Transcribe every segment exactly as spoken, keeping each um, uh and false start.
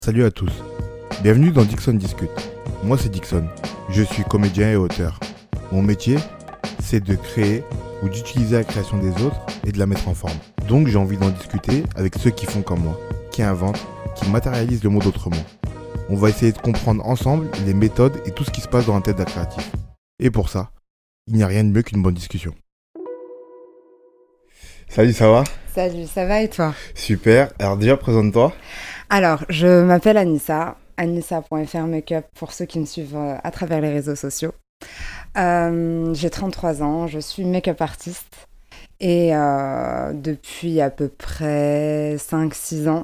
Salut à tous, bienvenue dans Dixon Discute. Moi c'est Dixon, je suis comédien et auteur. Mon métier, c'est de créer ou d'utiliser la création des autres et de la mettre en forme. Donc j'ai envie d'en discuter avec ceux qui font comme moi, qui inventent, qui matérialisent le monde autrement. On va essayer de comprendre ensemble les méthodes et tout ce qui se passe dans la tête d'un créatif. Et pour ça, il n'y a rien de mieux qu'une bonne discussion. Salut, ça va? Salut, ça va et toi? Super, alors déjà présente-toi. Alors, je m'appelle Anissa, anissa point f r makeup pour ceux qui me suivent euh, à travers les réseaux sociaux. Euh, j'ai trente-trois ans, je suis make-up artiste et euh, depuis à peu près cinq six ans,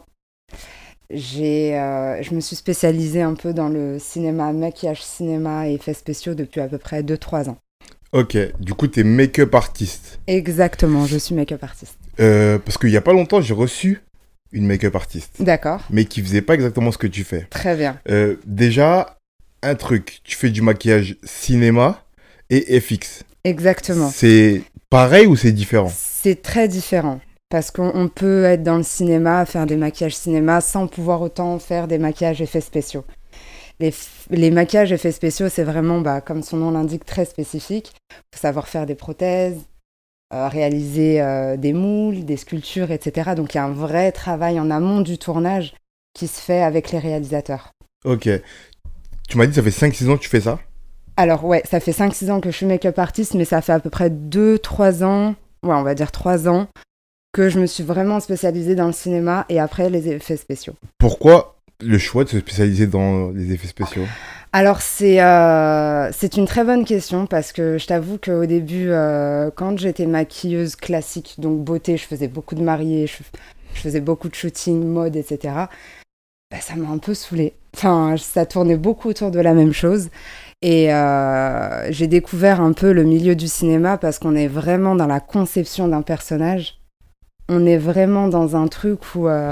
j'ai, euh, je me suis spécialisée un peu dans le cinéma, maquillage cinéma et effets spéciaux depuis à peu près deux trois ans. Ok, du coup t'es make-up artiste. Exactement, je suis make-up artiste. Euh, parce qu'il y a pas longtemps j'ai reçu une make-up artiste, D'accord, mais qui faisait pas exactement ce que tu fais. très bien. Euh, déjà, un truc, tu fais du maquillage cinéma et F X. Exactement. C'est pareil ou c'est différent? C'est très différent. Parce qu'on on peut être dans le cinéma, faire des maquillages cinéma sans pouvoir autant faire des maquillages effets spéciaux. Les, f- les maquillages effets spéciaux, c'est vraiment, bah, comme son nom l'indique, très spécifique. Il faut savoir faire des prothèses, euh, réaliser euh, des moules, des sculptures, et cetera. Donc il y a un vrai travail en amont du tournage qui se fait avec les réalisateurs. Ok. Tu m'as dit ça fait cinq six ans que tu fais ça? Alors ouais, ça fait cinq six ans que je suis make-up artiste, mais ça fait à peu près deux trois ans, ouais, on va dire trois ans, que je me suis vraiment spécialisée dans le cinéma et après les effets spéciaux. Pourquoi le choix de se spécialiser dans les effets spéciaux? Alors c'est euh, c'est une très bonne question parce que je t'avoue qu'au début, euh, quand j'étais maquilleuse classique, donc beauté, je faisais beaucoup de mariés, je, je faisais beaucoup de shooting, mode, et cetera. Bah, ça m'a un peu saoulée. Enfin, ça tournait beaucoup autour de la même chose. Et euh, j'ai découvert un peu le milieu du cinéma parce qu'on est vraiment dans la conception d'un personnage. On est vraiment dans un truc où, euh,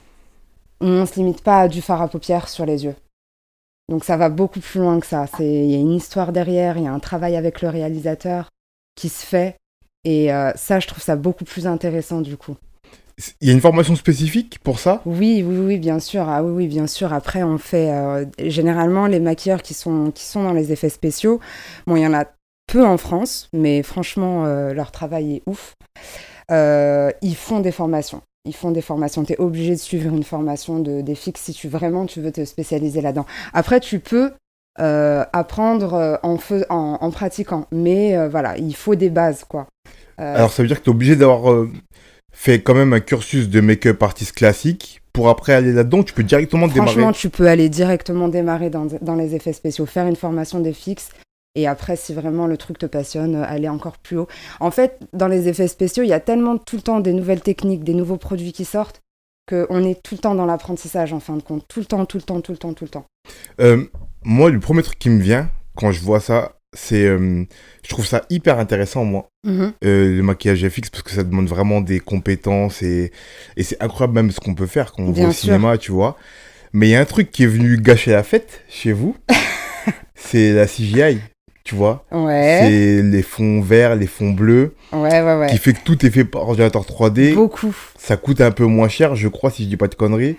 où on ne se limite pas à du fard à paupières sur les yeux. Donc ça va beaucoup plus loin que ça. C'est- Il y a une histoire derrière, il y a un travail avec le réalisateur qui se fait. Et euh, ça, je trouve ça beaucoup plus intéressant du coup. Il y a une formation spécifique pour ça? Oui, oui, oui, bien sûr. Ah oui, oui, bien sûr. Après, on fait euh, généralement les maquilleurs qui sont, qui sont dans les effets spéciaux. Bon, il y en a peu en France, mais franchement, euh, leur travail est ouf. Euh, ils font des formations. Ils font des formations. Tu es obligé de suivre une formation de, des fixes si tu vraiment tu veux te spécialiser là-dedans. Après, tu peux euh, apprendre euh, en, fais- en, en pratiquant, mais euh, voilà, il faut des bases, quoi. Euh, Alors ça veut dire que tu es obligé d'avoir euh, fait quand même un cursus de make-up artiste classique pour après aller là-dedans, tu peux directement Franchement, démarrer. tu peux aller directement démarrer dans, dans les effets spéciaux, faire une formation des fixes, et après, si vraiment le truc te passionne, euh, aller encore plus haut. En fait, dans les effets spéciaux, il y a tellement tout le temps des nouvelles techniques, des nouveaux produits qui sortent, qu'on est tout le temps dans l'apprentissage, en fin de compte. Tout le temps, tout le temps, tout le temps, tout le temps. Euh, moi, le premier truc qui me vient quand je vois ça, c'est... euh, je trouve ça hyper intéressant, moi, Mhm. euh, le maquillage F X, parce que ça demande vraiment des compétences et, et c'est incroyable même ce qu'on peut faire quand on Bien va au sûr. cinéma, tu vois. Mais il y a un truc qui est venu gâcher la fête chez vous, c'est la C G I, tu vois. Ouais, C'est les fonds verts, les fonds bleus, ouais, ouais, ouais. qui fait que tout est fait par ordinateur trois D. Beaucoup. Ça coûte un peu moins cher, je crois, si je dis pas de conneries.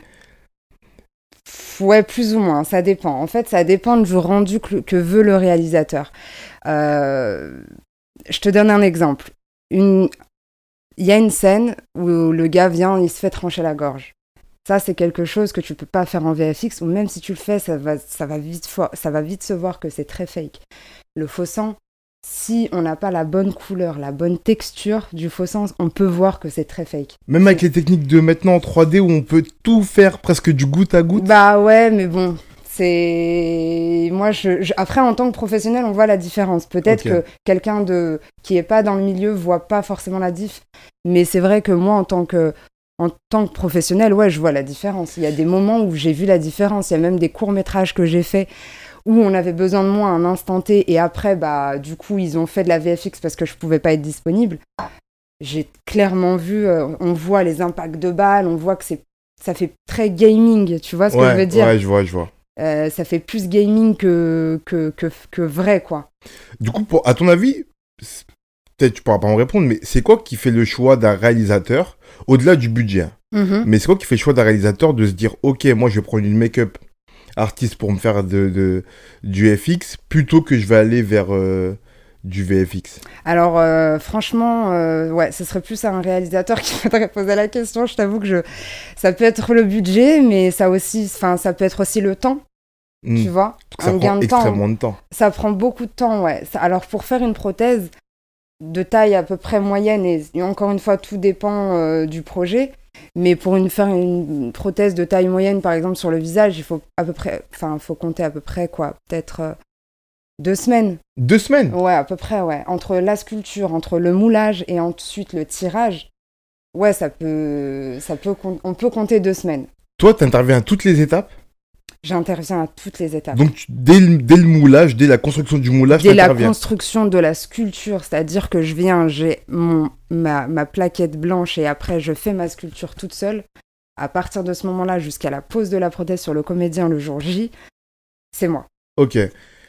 Ouais, plus ou moins, ça dépend. En fait, ça dépend du rendu que, que veut le réalisateur. Euh, je te donne un exemple. Une... Il y a une scène où le gars vient, il se fait trancher la gorge. Ça, c'est quelque chose que tu peux pas faire en V F X, ou même si tu le fais, ça va, ça va, vite, fo- ça va vite se voir que c'est très fake. Le faux sang, si on n'a pas la bonne couleur, la bonne texture du faux sang, on peut voir que c'est très fake. Même avec les techniques de maintenant en trois D où on peut tout faire presque du goutte à goutte. Bah ouais, mais bon, c'est... Moi, je, je- après, en tant que professionnel, on voit la différence. Peut-être Ok. que quelqu'un de... qui est pas dans le milieu voit pas forcément la diff. Mais c'est vrai que moi, en tant que... en tant que professionnel, ouais, je vois la différence. Il y a des moments où j'ai vu la différence. Il y a même des courts-métrages que j'ai faits où on avait besoin de moi à un instant T. Et après, bah, du coup, ils ont fait de la V F X parce que je pouvais pas être disponible. J'ai clairement vu... euh, on voit les impacts de balles, on voit que c'est ça fait très gaming, tu vois ce que Ouais, je veux dire? ouais, je vois, je vois. Euh, ça fait plus gaming que, que, que, que vrai, quoi. Du coup, pour, à ton avis, c'est- peut-être tu pourras pas me répondre, mais c'est quoi qui fait le choix d'un réalisateur au-delà du budget, hein? Mhm. Mais c'est quoi qui fait le choix d'un réalisateur de se dire, ok, moi je vais prendre une make-up artiste pour me faire de, de, du F X plutôt que je vais aller vers euh, du V F X? Alors, euh, franchement, euh, ouais, ce serait plus à un réalisateur qui faudrait poser la question. Je t'avoue que je... ça peut être le budget, mais ça, aussi, enfin, ça peut être aussi le temps, Hmm. tu vois. Ça Un prend gain de temps. extrêmement de temps. Ça prend beaucoup de temps, ouais. Ça- alors, pour faire une prothèse de taille à peu près moyenne, et, et encore une fois, tout dépend euh, du projet, mais pour une, faire une, une prothèse de taille moyenne, par exemple, sur le visage, il faut à peu près, enfin, faut compter à peu près, quoi, peut-être euh, deux semaines. Deux semaines? Ouais, à peu près, ouais. Entre la sculpture, entre le moulage et ensuite le tirage, ouais, ça peut, ça peut, com- on peut compter deux semaines. Toi, tu interviens à toutes les étapes. J'interviens à toutes les étapes. Donc, tu- dès, le, dès le moulage, dès la construction du moulage, tu Dès la interviens. construction de la sculpture, c'est-à-dire que je viens, j'ai mon, ma, ma plaquette blanche et après je fais ma sculpture toute seule. À partir de ce moment-là, jusqu'à la pose de la prothèse sur le comédien le jour J, c'est moi. Ok.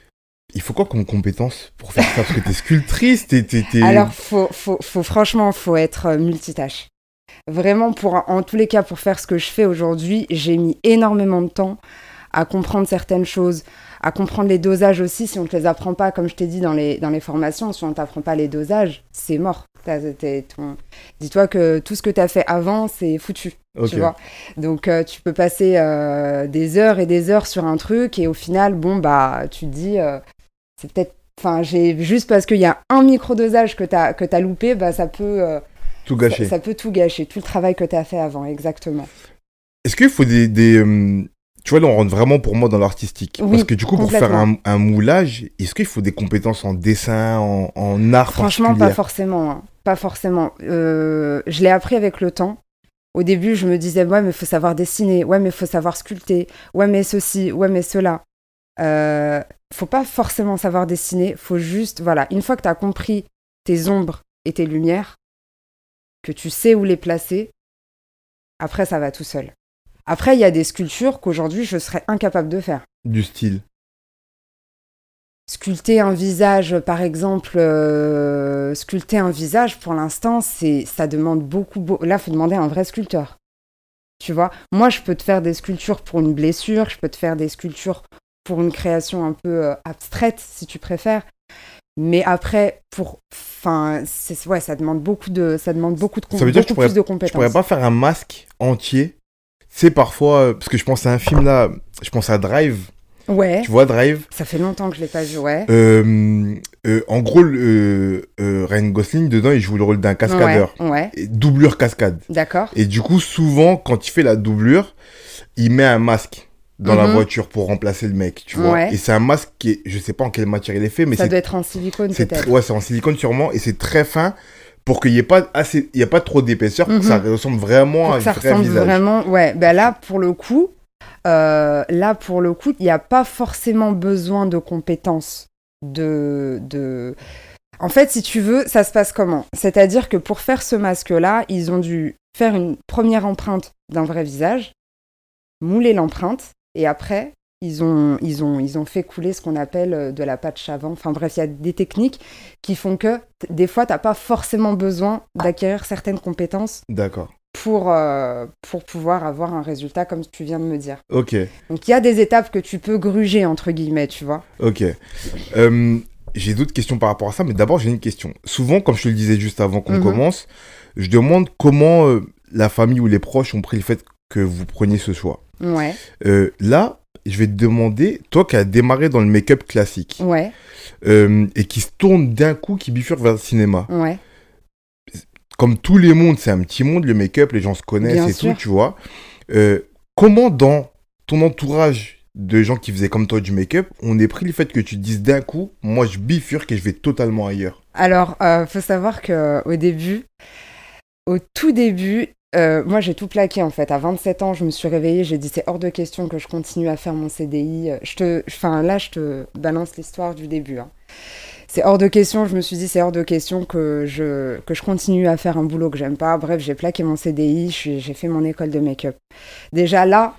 Il faut quoi comme compétence pour faire ça? Parce que t'es sculptrice, t'es... t'es, t'es... Alors, faut, faut, faut, franchement, faut être euh, multitâche. Vraiment, pour, en tous les cas, pour faire ce que je fais aujourd'hui, j'ai mis énormément de temps à comprendre certaines choses, à comprendre les dosages aussi. Si on ne te les apprend pas, comme je t'ai dit dans les, dans les formations, si on ne t'apprend pas les dosages, c'est mort. T'as- t'es- ton... Dis-toi que tout ce que tu as fait avant, c'est foutu. Ok. Tu vois. Donc, euh, tu peux passer euh, des heures et des heures sur un truc et au final, bon, bah, tu te dis, euh, c'est peut-être... Enfin, j'ai... juste parce qu'il y a un micro-dosage que tu as que t'as loupé, bah, ça peut... euh, Tout gâché. ça, ça peut tout gâcher, tout le travail que tu as fait avant, exactement. Est-ce qu'il faut des... des euh, Tu vois, là, on rentre vraiment pour moi dans l'artistique. Oui, Parce que du coup, pour faire complètement. un, un moulage, est-ce qu'il faut des compétences en dessin, en, en art Franchement, pas particulier? forcément. hein. Pas forcément. Euh, je l'ai appris avec le temps. Au début, je me disais, ouais, mais il faut savoir dessiner. Ouais, mais il faut savoir sculpter. Ouais, mais ceci. Ouais, mais cela. Euh, faut pas forcément savoir dessiner. Faut juste, voilà, une fois que tu as compris tes ombres et tes lumières, que tu sais où les placer, après, ça va tout seul. Après, il y a des sculptures qu'aujourd'hui, je serais incapable de faire. Du style. Sculpter un visage, par exemple, euh, sculpter un visage, pour l'instant, c'est, ça demande beaucoup, beau... Là, il faut demander à un vrai sculpteur. Tu vois, moi, je peux te faire des sculptures pour une blessure, je peux te faire des sculptures pour une création un peu euh, abstraite, si tu préfères. Mais après, pour, enfin, c'est, ouais, ça demande beaucoup de, ça demande beaucoup de, com- Ça veut dire que beaucoup tu plus de Je compétences. pourrais pas faire un masque entier. C'est parfois... euh, Parce que je pense à un film là, je pense à Drive. Ouais. Tu vois, Drive. Ça fait longtemps que je l'ai pas vu, ouais. Euh, euh, en gros, euh, euh, Ryan Gosling, dedans, il joue le rôle d'un cascadeur. Ouais, ouais. Et doublure cascade. D'accord. Et du coup, souvent, quand il fait la doublure, il met un masque dans la Mhm. voiture pour remplacer le mec, tu vois. Ouais. Et c'est un masque qui est, je sais pas en quelle matière il est fait, mais Ça c'est, doit être en silicone, c'est peut-être. tr- ouais, c'est en silicone sûrement, et c'est très fin pour qu'il n'y ait pas assez, il y a pas trop d'épaisseur, pour que Mhm. ça ressemble vraiment Pour à un que ça vrai ressemble visage. vraiment. Ouais, ben là, pour le coup, euh, là, pour le coup, il n'y a pas forcément besoin de compétences. De, de... En fait, si tu veux, ça se passe comment? C'est-à-dire que pour faire ce masque-là, ils ont dû faire une première empreinte d'un vrai visage, mouler l'empreinte, et après, ils ont, ils ont, ils ont fait couler ce qu'on appelle euh, de la pâte chavant. Enfin bref, il y a des techniques qui font que, t- des fois, tu n'as pas forcément besoin d'acquérir certaines compétences D'accord. pour, euh, pour pouvoir avoir un résultat comme tu viens de me dire. Ok, Donc il y a des étapes que tu peux gruger, entre guillemets, tu vois. ok. Euh, j'ai d'autres questions par rapport à ça, mais d'abord, j'ai une question. Souvent, comme je te le disais juste avant qu'on Mhm. commence, je demande comment euh, la famille ou les proches ont pris le fait que vous preniez ce choix. Ouais, Euh, là, je vais te demander, toi qui as démarré dans le make-up classique ouais, euh, et qui se tourne d'un coup, qui bifurque vers le cinéma. ouais. Comme tous les mondes, c'est un petit monde, le make-up, les gens se connaissent Bien et sûr. tout, tu vois. Euh, comment dans ton entourage de gens qui faisaient comme toi du make-up, on est pris le fait que tu te dises d'un coup, moi je bifurque et je vais totalement ailleurs. Alors, euh, faut savoir qu'au début, au tout début, euh, moi j'ai tout plaqué en fait. À vingt-sept ans, je me suis réveillée, j'ai dit c'est hors de question que je continue à faire mon C D I. Je te, enfin là, je te balance l'histoire du début. hein. C'est hors de question, je me suis dit c'est hors de question que je, que je continue à faire un boulot que j'aime pas. Bref, j'ai plaqué mon C D I, je suis- j'ai fait mon école de make-up. Déjà là,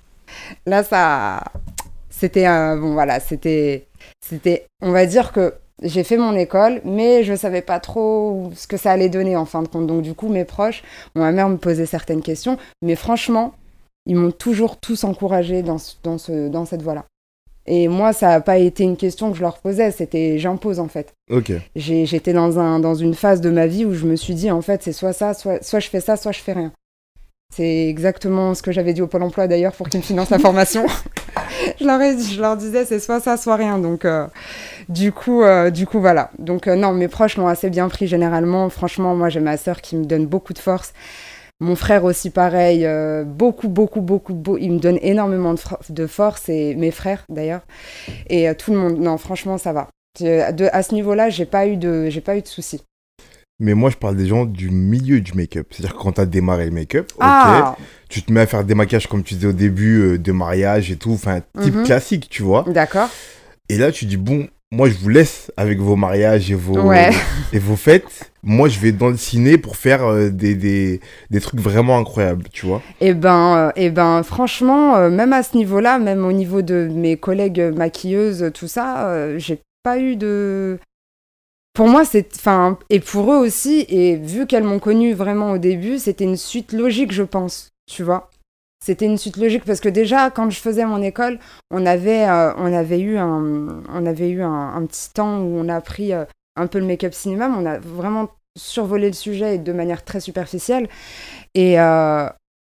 là ça, c'était un, bon voilà, c'était, c'était, on va dire que J'ai fait mon école, mais je savais pas trop ce que ça allait donner en fin de compte. Donc du coup, mes proches, bon, ma mère me posait certaines questions, mais franchement, ils m'ont toujours tous encouragée dans, ce, dans, ce, dans cette voie-là. Et moi, ça n'a pas été une question que je leur posais, c'était j'impose en fait. Ok. J'ai, j'étais dans, un, dans une phase de ma vie où je me suis dit, en fait, c'est soit ça, soit, soit je fais ça, soit je fais rien. C'est exactement ce que j'avais dit au Pôle emploi d'ailleurs pour qu'ils me financent la formation. je, leur ai, je leur disais, c'est soit ça, soit rien. Donc, euh, du, coup, euh, du coup, voilà. Donc, euh, non, mes proches l'ont assez bien pris généralement. Franchement, moi, j'ai ma sœur qui me donne beaucoup de force. Mon frère aussi, pareil, euh, beaucoup, beaucoup, beaucoup, beaucoup, il me donne énormément de, fr- de force, et mes frères d'ailleurs, et euh, tout le monde. Non, franchement, ça va. De, de, à ce niveau-là, j'ai pas eu de, j'ai pas eu de soucis. Mais moi, je parle des gens du milieu du make-up. C'est-à-dire que quand tu as démarré le make-up, Ah. ok, tu te mets à faire des maquillages comme tu disais au début, euh, de mariage et tout, enfin, type Mhm. classique, tu vois. D'accord. Et là, tu dis, bon, moi, je vous laisse avec vos mariages et vos, Ouais. et vos fêtes. Moi, je vais dans le ciné pour faire euh, des, des, des trucs vraiment incroyables, tu vois. Eh ben, euh, eh ben, franchement, euh, même à ce niveau-là, même au niveau de mes collègues maquilleuses, tout ça, euh, j'ai pas eu de... Pour moi, c'est... Enfin, et pour eux aussi, et vu qu'elles m'ont connue vraiment au début, c'était une suite logique, je pense, tu vois. C'était une suite logique parce que déjà, quand je faisais mon école, on avait, euh, on avait eu, un, on avait eu un, un petit temps où on a appris euh, un peu le make-up cinéma, mais on a vraiment survolé le sujet de manière très superficielle. Et euh,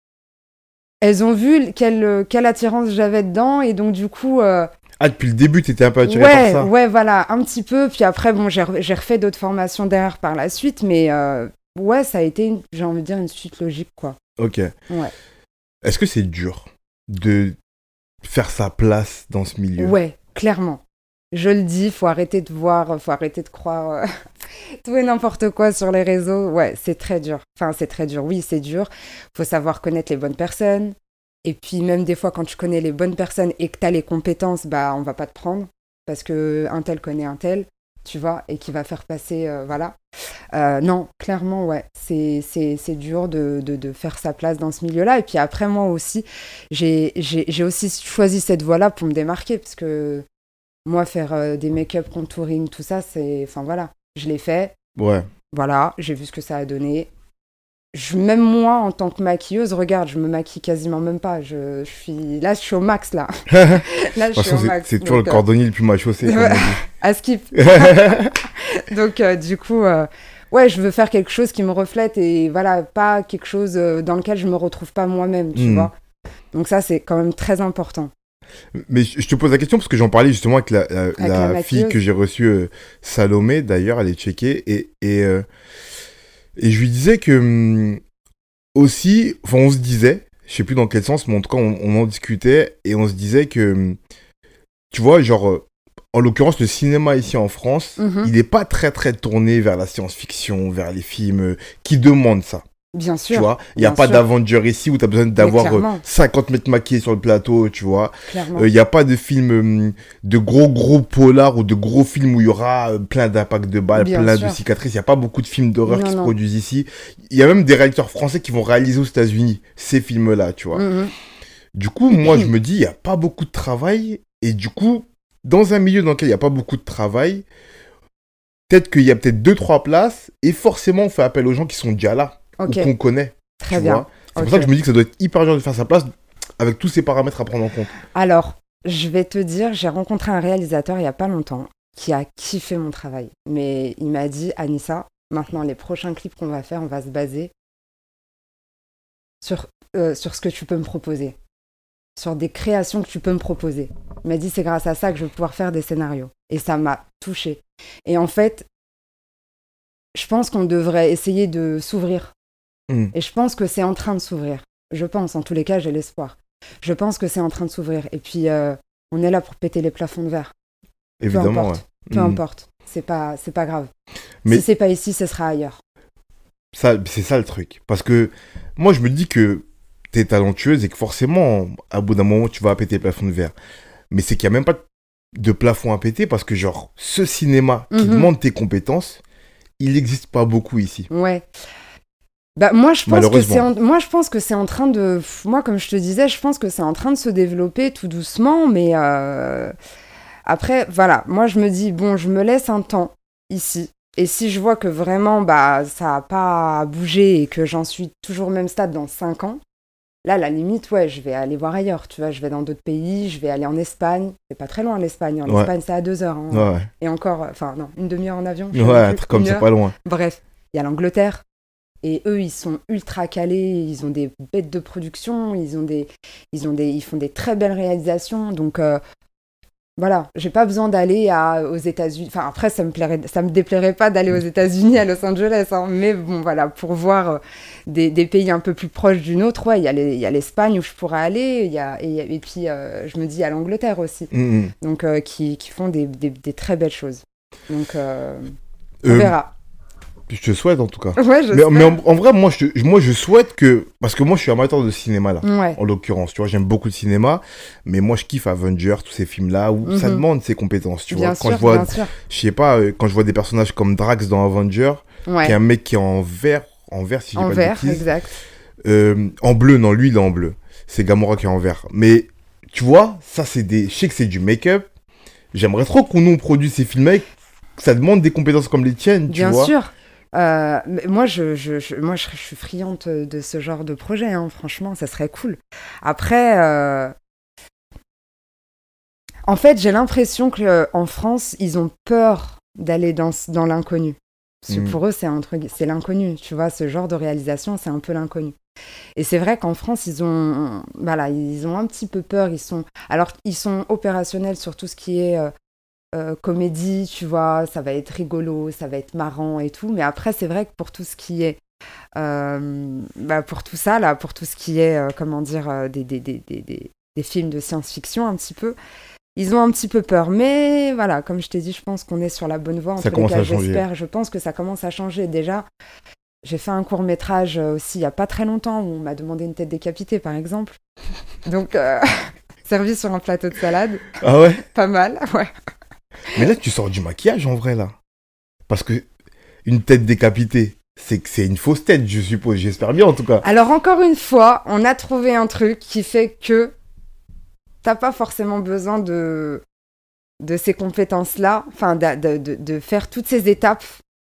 elles ont vu quelle, quelle attirance j'avais dedans. Et donc, du coup... Euh, Ah, depuis le début, tu étais un peu attiré ouais, par ça. ouais, voilà, un petit peu. Puis après, bon, j'ai, re- j'ai refait d'autres formations derrière par la suite. Mais euh, ouais, ça a été, une- j'ai envie de dire, une suite logique, quoi. Ok. Ouais. Est-ce que c'est dur de faire sa place dans ce milieu? Ouais, clairement. Je le dis, faut arrêter de voir, faut arrêter de croire euh, tout et n'importe quoi sur les réseaux. Ouais, c'est très dur. Enfin, c'est très dur. Oui, c'est dur. Faut savoir connaître les bonnes personnes. Et puis même des fois, quand tu connais les bonnes personnes et que tu as les compétences, bah on va pas te prendre parce que un tel connaît un tel, tu vois, et qui va faire passer, euh, voilà. Euh, non, clairement, ouais, c'est, c'est, c'est dur de, de, de faire sa place dans ce milieu-là. Et puis après, moi aussi, j'ai, j'ai, j'ai aussi choisi cette voie-là pour me démarquer parce que moi, faire euh, des make-up, contouring, tout ça, c'est... Enfin, voilà, je l'ai fait. Ouais. Voilà, j'ai vu ce que ça a donné. Je, même moi, en tant que maquilleuse, regarde, je me maquille quasiment même pas. Je, je suis... Là, je suis au max, là. Là, je De toute suis façon, au c'est, max. c'est toujours donc, le euh, cordonnier le plus mal chaussé, comme on dit. à skip. Donc, euh, du coup, euh, ouais, je veux faire quelque chose qui me reflète et voilà, pas quelque chose euh, dans lequel je me retrouve pas moi-même, tu Mm. vois. Donc ça, c'est quand même très important. Mais je je te pose la question parce que j'en parlais justement avec la, la, Avec la la fille maquilleuse. que j'ai reçue, euh, Salomé, d'ailleurs, elle est checkée. Et, et, euh, et je lui disais que hum, aussi, enfin, on se disait, je sais plus dans quel sens, mais en tout cas, on, on en discutait et on se disait que, hum, tu vois, genre, euh, en l'occurrence, le cinéma ici en France, Mhm. il n'est pas très très tourné vers la science-fiction, vers les films euh, qui demandent ça. Bien sûr. Tu vois, il n'y a bien pas sûr. d'Avenger ici où tu as besoin d'avoir euh, clairement. cinquante mètres maquillés sur le plateau, tu vois. Clairement. Il n'y a pas de film euh, de gros gros polars ou de gros films où il y aura euh, plein d'impacts de balles, Bien plein sûr. de cicatrices. Il n'y a pas beaucoup de films d'horreur Non, qui se non. produisent ici. Il y a même des réalisateurs français qui vont réaliser aux États-Unis ces films-là, tu vois. Mhm. Du coup, moi, je me dis, il n'y a pas beaucoup de travail. Et du coup, dans un milieu dans lequel il n'y a pas beaucoup de travail, peut-être qu'il y a peut-être deux, trois places. Et forcément, on fait appel aux gens qui sont déjà là, Ok, ou qu'on connaît. très tu bien. vois. C'est Ok. pour ça que je me dis que ça doit être hyper dur de faire sa place avec tous ces paramètres à prendre en compte. Alors, je vais te dire, j'ai rencontré un réalisateur il n'y a pas longtemps qui a kiffé mon travail. Mais il m'a dit, Anissa, maintenant les prochains clips qu'on va faire, on va se baser sur, euh, sur ce que tu peux me proposer. Sur des créations que tu peux me proposer. Il m'a dit, c'est grâce à ça que je vais pouvoir faire des scénarios. Et ça m'a touchée. Et en fait, je pense qu'on devrait essayer de s'ouvrir. Mm. Et je pense que c'est en train de s'ouvrir. Je pense, en tous les cas, j'ai l'espoir. Je pense que c'est en train de s'ouvrir. Et puis, euh, on est là pour péter les plafonds de verre. Évidemment, Peu importe. ouais. Peu Mm. importe. C'est pas, c'est pas grave. Mais- Si c'est pas ici, ce sera ailleurs. Ça, c'est ça le truc. Parce que moi, je me dis que t'es talentueuse et que forcément, à bout d'un moment, tu vas péter le plafond de verre. Mais c'est qu'il n'y a même pas de plafond à péter parce que, genre, ce cinéma qui Mhm. demande tes compétences, il n'existe pas beaucoup ici. Ouais. Bah, moi, je pense que Malheureusement. c'est en... moi, je pense que c'est en train de... Moi, comme je te disais, je pense que c'est en train de se développer tout doucement, mais... euh, Après, voilà, moi je me dis, bon, je me laisse un temps ici. Et si je vois que vraiment, bah, ça n'a pas bougé et que j'en suis toujours au même stade dans cinq ans, là, à la limite, ouais, je vais aller voir ailleurs, tu vois, je vais dans d'autres pays, je vais aller en Espagne. C'est pas très loin, l'Espagne. En Ouais. Espagne, c'est à deux heures. Hein. Ouais, ouais. Et encore, enfin, non, une demi-heure en avion. je sais Ouais, même un plus, truc comme une ça, heure. pas loin. Bref, il y a l'Angleterre. Et eux, ils sont ultra calés, ils ont des bêtes de production, ils, ont des, ils, ont des, ils font des très belles réalisations. Donc, euh, voilà, j'ai pas besoin d'aller à, aux États-Unis. Enfin, après, ça me plairait, ça me déplairait pas d'aller aux États-Unis, à Los Angeles. Hein. Mais bon, voilà, pour voir euh, des, des pays un peu plus proches du nôtre, ouais, il y a les- il y a l'Espagne où je pourrais aller. Il y a, et, et puis, euh, je me dis à l'Angleterre aussi. Mm, mm. Donc, euh, qui, qui font des, des, des très belles choses. Donc, euh, on Euh, verra. Je te souhaite en tout cas. Ouais, je Mais, mais en, en vrai, moi je, te- moi, je souhaite que. Parce que moi, je suis amateur de cinéma, là. Ouais. En l'occurrence, tu vois, j'aime beaucoup le cinéma. Mais moi, je kiffe Avengers, tous ces films-là où ça Mhm. demande ses compétences, tu Bien vois. Quand sûr, je vois, bien sûr. je sais pas, euh, quand je vois des personnages comme Drax dans Avengers, qui est Ouais. un mec qui est en vert, en vert, si j'ai En pas vert, de bêtises. exact. Euh, en bleu, non, lui, il est en bleu. C'est Gamora qui est en vert. Mais tu vois, ça, c'est des. Je sais que c'est du make-up. J'aimerais trop qu'on nous produise ces films-là. et que Ça demande des compétences comme les tiennes, tu Bien vois. sûr. Euh, mais moi, je, je, je- moi je, je suis friande de ce genre de projet, hein, franchement, ça serait cool. Après, euh, en fait, j'ai l'impression qu'en France, ils ont peur d'aller dans, ce- dans l'inconnu. Parce que Mhm. pour eux, c'est, un truc- c'est l'inconnu, tu vois, ce genre de réalisation, c'est un peu l'inconnu. Et c'est vrai qu'en France, ils ont, voilà, ils ont un petit peu peur. Ils sont, alors, ils sont opérationnels sur tout ce qui est euh, euh, comédie, tu vois, ça va être rigolo, ça va être marrant et tout. Mais après, c'est vrai que pour tout ce qui est, euh, bah, pour tout ça, là, pour tout ce qui est, euh, comment dire, euh, des, des, des, des, des, des films de science-fiction un petit peu, ils ont un petit peu peur. Mais voilà, comme je t'ai dit, je pense qu'on est sur la bonne voie. En Ça tous les commence cas, à changer. j'espère. Je pense que ça commence à changer. Déjà, j'ai fait un court-métrage euh, aussi il n'y a pas très longtemps où on m'a demandé une tête décapitée, par exemple. Donc, euh, servi sur un plateau de salade. Ah ouais? Pas mal, ouais. Mais là, tu sors du maquillage en vrai, là. Parce que une tête décapitée, c'est que c'est une fausse tête, je suppose. J'espère bien, en tout cas. Alors, encore une fois, on a trouvé un truc qui fait que t'as pas forcément besoin de, de ces compétences-là, enfin, de, de, de, de faire toutes ces étapes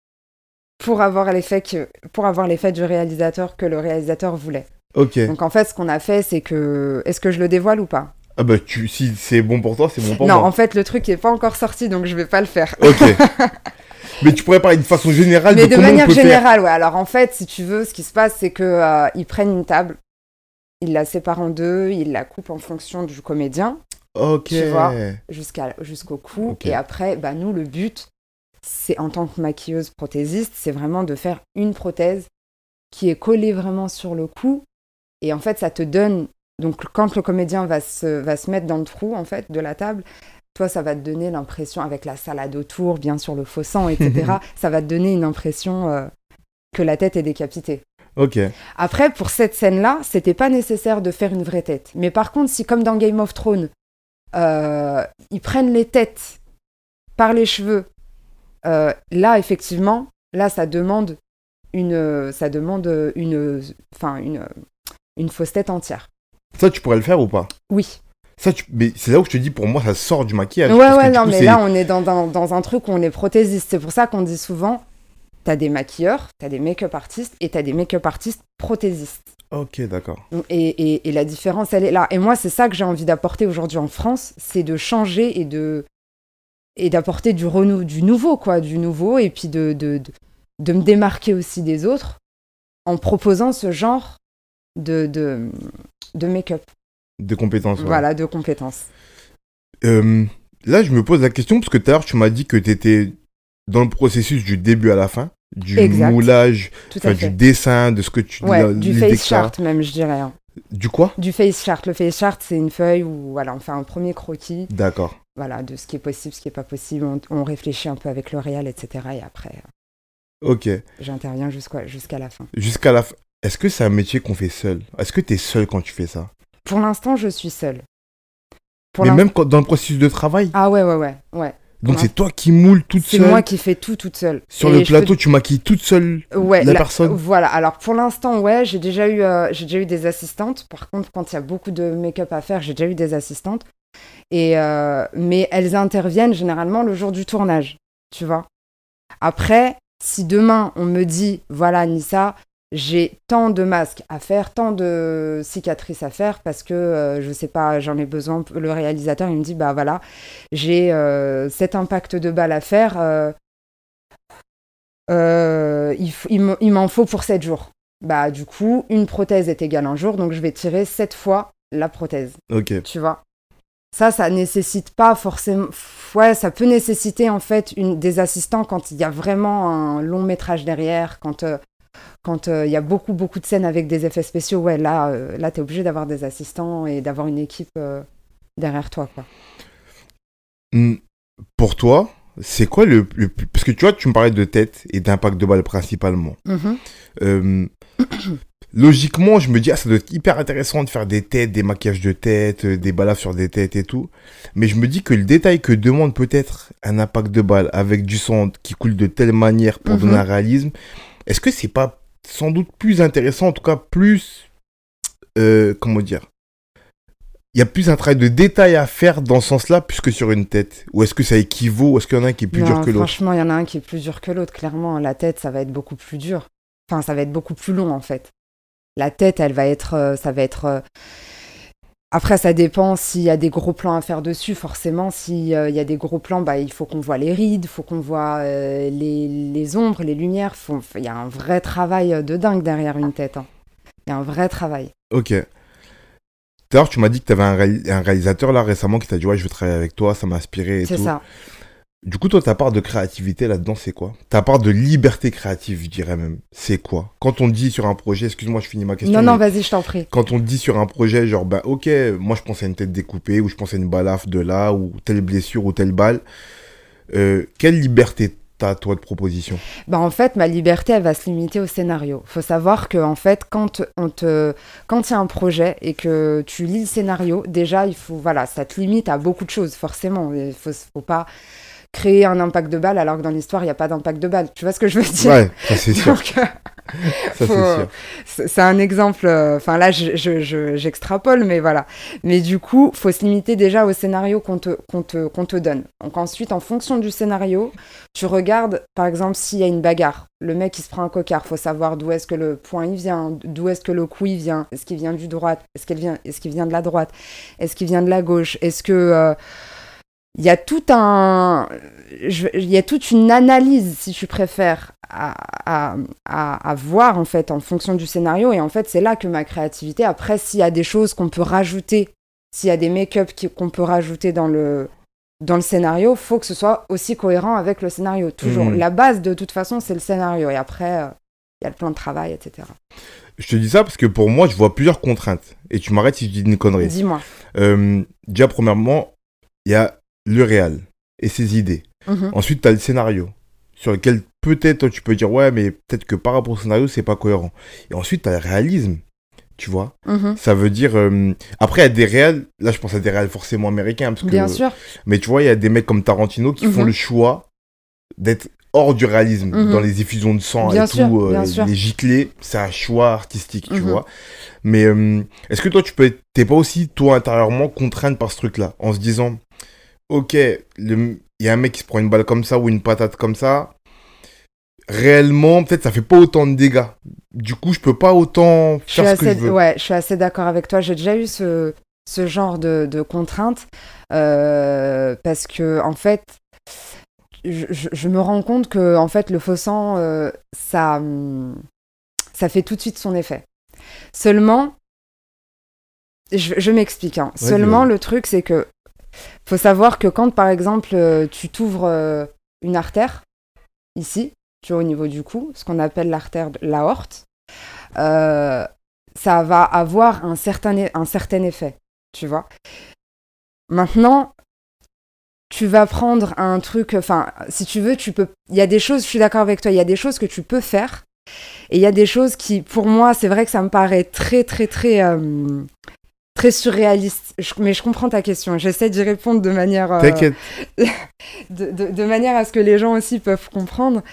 pour avoir l'effet que, pour avoir l'effet du réalisateur que le réalisateur voulait. Ok. Donc, en fait, ce qu'on a fait, c'est que... Est-ce que je le dévoile ou pas? Ah bah, tu, si c'est bon pour toi, c'est bon pour Non, moi. en fait, le truc n'est pas encore sorti, donc je vais pas le faire. Ok. Mais tu pourrais parler de façon générale Mais de, de comment manière on peut faire. générale, ouais. Alors en fait, si tu veux, ce qui se passe, c'est que euh, ils prennent une table, ils la séparent en deux, ils la coupent en fonction du comédien Ok. tu vois. jusqu'à, jusqu'au cou. Ok. Et après, bah, nous, le but, c'est en tant que maquilleuse prothésiste, c'est vraiment de faire une prothèse qui est collée vraiment sur le cou. Et en fait, ça te donne... Donc, quand le comédien va se, va se mettre dans le trou, en fait, de la table, toi, ça va te donner l'impression, avec la salade autour, bien sûr, le faux sang, et cetera, ça va te donner une impression euh, que la tête est décapitée. Ok. Après, pour cette scène-là, c'était pas nécessaire de faire une vraie tête. Mais par contre, si, comme dans Game of Thrones, euh, ils prennent les têtes par les cheveux, euh, là, effectivement, là, ça demande une, ça demande une, enfin, une, une fausse tête entière. Ça, tu pourrais le faire ou pas? Oui. Ça, tu... mais c'est là où je te dis, pour moi, ça sort du maquillage. Ouais, parce que ouais, du non, coup, mais c'est- là, on est dans, dans, dans un truc où on est prothésiste. C'est pour ça qu'on dit souvent, t'as des maquilleurs, t'as des make-up artistes et t'as des make-up artistes prothésistes. Ok, d'accord. Et, et, et la différence, elle est là. Et moi, c'est ça que j'ai envie d'apporter aujourd'hui en France, c'est de changer et de et d'apporter du renou, du nouveau, quoi, du nouveau, et puis de, de, de, de me démarquer aussi des autres en proposant ce genre de, de, de make-up. De compétences. ouais. Voilà, de compétences. Euh, là, je me pose la question, parce que tout à l'heure, tu m'as dit que tu étais dans le processus du début à la fin, du Exact. moulage, Tout enfin, à du fait. dessin, de ce que tu Ouais, la- du les face déclats. chart même, je dirais. hein. Du quoi? Du face chart. Le face chart, c'est une feuille où voilà, on fait un premier croquis, D'accord. voilà, de ce qui est possible, ce qui n'est pas possible. On, on réfléchit un peu avec le réel, et cetera. Et après, Ok. j'interviens jusqu'à, jusqu'à la fin. Jusqu'à la fin. Est-ce que c'est un métier qu'on fait seul? Est-ce que tu es seul quand tu fais ça? Pour l'instant, je suis seule. Pour Mais l'in- même quand- dans le processus de travail? Ah ouais, ouais, ouais. ouais. Donc pour c'est toi qui moules toute C'est seule? moi qui fais tout toute seule. Sur Et le je plateau, fais- tu maquilles toute seule Ouais, la là- personne? Voilà, alors pour l'instant, ouais, j'ai déjà, eu, euh, j'ai déjà eu des assistantes. Par contre, quand il y a beaucoup de make-up à faire, j'ai déjà eu des assistantes. Et, euh, mais elles interviennent généralement le jour du tournage, tu vois. Après, si demain, on me dit, voilà, Nissa, j'ai tant de masques à faire, tant de cicatrices à faire, parce que, euh, je sais pas, j'en ai besoin, le réalisateur, il me dit, bah voilà, j'ai euh, cet impact de balle à faire, euh, euh, il, f- il m- il m'en faut pour sept jours. Bah du coup, une prothèse est égale un jour, donc je vais tirer sept fois la prothèse, Ok. tu vois. Ça, ça nécessite pas forcément... Ouais, ça peut nécessiter en fait une... des assistants quand il y a vraiment un long métrage derrière, quand euh, quand euh, il y a beaucoup, beaucoup de scènes avec des effets spéciaux. Ouais, là, euh, là t'es obligé d'avoir des assistants et d'avoir une équipe euh, derrière toi, quoi. Hmm, Pour toi, c'est quoi le, le plus... Parce que tu vois, tu me parlais de tête et d'impact de balle principalement. Mhm. Euh, Logiquement, je me dis, ah, ça doit être hyper intéressant de faire des têtes, des maquillages de tête, euh, des balafres sur des têtes et tout. Mais je me dis que le détail que demande peut-être un impact de balle avec du sang qui coule de telle manière pour Mhm. donner un réalisme, est-ce que c'est pas sans doute plus intéressant, en tout cas plus... euh, comment dire? Il y a plus un travail de détail à faire dans ce sens-là, plus que sur une tête. Ou est-ce que ça équivaut, ou est-ce qu'il y en a un qui est plus Non, dur que l'autre? franchement, il y en a un qui est plus dur que l'autre, clairement. La tête, ça va être beaucoup plus dur. Enfin, ça va être beaucoup plus long, en fait. La tête, elle va être... euh, ça va être... euh, Après, ça dépend s'il y a des gros plans à faire dessus. Forcément, s'il euh, y a des gros plans, bah, il faut qu'on voit les rides, il faut qu'on voit euh, les, les ombres, les lumières. Faut- Il y a un vrai travail de dingue derrière une tête, hein. Il y a un vrai travail. Ok. D'ailleurs, tu m'as dit que tu avais un, réal- un réalisateur là récemment qui t'a dit ouais, je veux travailler avec toi, ça m'a inspiré et C'est tout. ça. Du coup, toi, ta part de créativité là-dedans, c'est quoi? Ta part de liberté créative, je dirais même, c'est quoi? Quand on dit sur un projet, excuse-moi, je finis ma question. Non, non, mais vas-y, je t'en prie. quand on dit sur un projet, genre, ben ok, moi je pense à une tête découpée, ou je pense à une balafre de là, ou telle blessure, ou telle balle, euh, quelle liberté t'as, toi, de proposition? Bah, en fait, ma liberté, elle va se limiter au scénario. Faut savoir que, en fait, quand on te, quand il y a un projet et que tu lis le scénario, déjà, il faut, voilà, ça te limite à beaucoup de choses, forcément. Il faut, faut pas créer un impact de balle alors que dans l'histoire, il n'y a pas d'impact de balle. Tu vois ce que je veux dire? Ouais, ça c'est sûr. Donc, euh, Ça faut- c'est sûr. c'est c'est un exemple. Enfin, là, je- je- je- j'extrapole, mais voilà. Mais du coup, faut se limiter déjà au scénario qu'on te, qu'on te, qu'on te donne. Donc ensuite, en fonction du scénario, tu regardes, par exemple, s'il y a une bagarre. Le mec, il se prend un cocard. Faut savoir d'où est-ce que le point il vient, d'où est-ce que le coup il vient. Est-ce qu'il vient du droite? Est-ce qu'il vient, est-ce qu'il vient de la droite? Est-ce qu'il vient de la gauche? Est-ce que euh, il y a tout un, je- il y a toute une analyse, si tu préfères, à, à, à, à voir en fait en fonction du scénario. Et en fait, c'est là que ma créativité. Après, s'il y a des choses qu'on peut rajouter, s'il y a des make-up qui- qu'on peut rajouter dans le dans le scénario, faut que ce soit aussi cohérent avec le scénario. Toujours. Mhm. La base, de toute façon, c'est le scénario. Et après, euh, il y a le plan de travail, et cetera. Je te dis ça parce que pour moi, je vois plusieurs contraintes. Et tu m'arrêtes si je dis une connerie. Dis-moi. Euh, déjà, premièrement, il y a le réal et ses idées. Mhm. Ensuite, tu as le scénario, sur lequel peut-être toi, tu peux dire ouais, mais peut-être que par rapport au scénario, c'est pas cohérent. Et ensuite, tu as le réalisme, tu vois. Mhm. Ça veut dire. euh, Après, il y a des réals, là, je pense à des réals forcément américains. Parce que, Bien sûr. Mais tu vois, il y a des mecs comme Tarantino qui font Mhm. le choix d'être hors du réalisme, Mhm. dans les effusions de sang Bien et sûr, tout. euh, bien sûr. Les giclées, c'est un choix artistique, tu Mhm. vois. Mais euh, est-ce que toi, tu peux être- t'es pas aussi, toi, intérieurement, contrainte par ce truc-là, en se disant, ok, le- il y a un mec qui se prend une balle comme ça ou une patate comme ça, réellement, peut-être ça fait pas autant de dégâts. Du coup, je peux pas autant Je suis faire ce que assez, je veux. ouais, je suis assez d'accord avec toi. J'ai déjà eu ce, ce genre de, de contraintes euh, parce que en fait, je, je- je me rends compte que en fait, le faux sang, euh, ça, hum, ça fait tout de suite son effet. Seulement, je, je m'explique, hein. Vas-y, Seulement, vas-y. le truc, c'est que faut savoir que quand, par exemple, euh, tu t'ouvres euh, une artère ici, tu vois, au niveau du cou, ce qu'on appelle l'artère de l'aorte, euh, ça va avoir un certain, e- un certain effet, tu vois. Maintenant, tu vas prendre un truc, enfin, si tu veux, tu peux. Il y a des choses, je suis d'accord avec toi, il y a des choses que tu peux faire, et il y a des choses qui, pour moi, c'est vrai que ça me paraît très, très, très, euh, très surréaliste. Je- mais je comprends ta question. J'essaie d'y répondre de manière, euh, T'inquiète. de, de- de manière à ce que les gens aussi peuvent comprendre.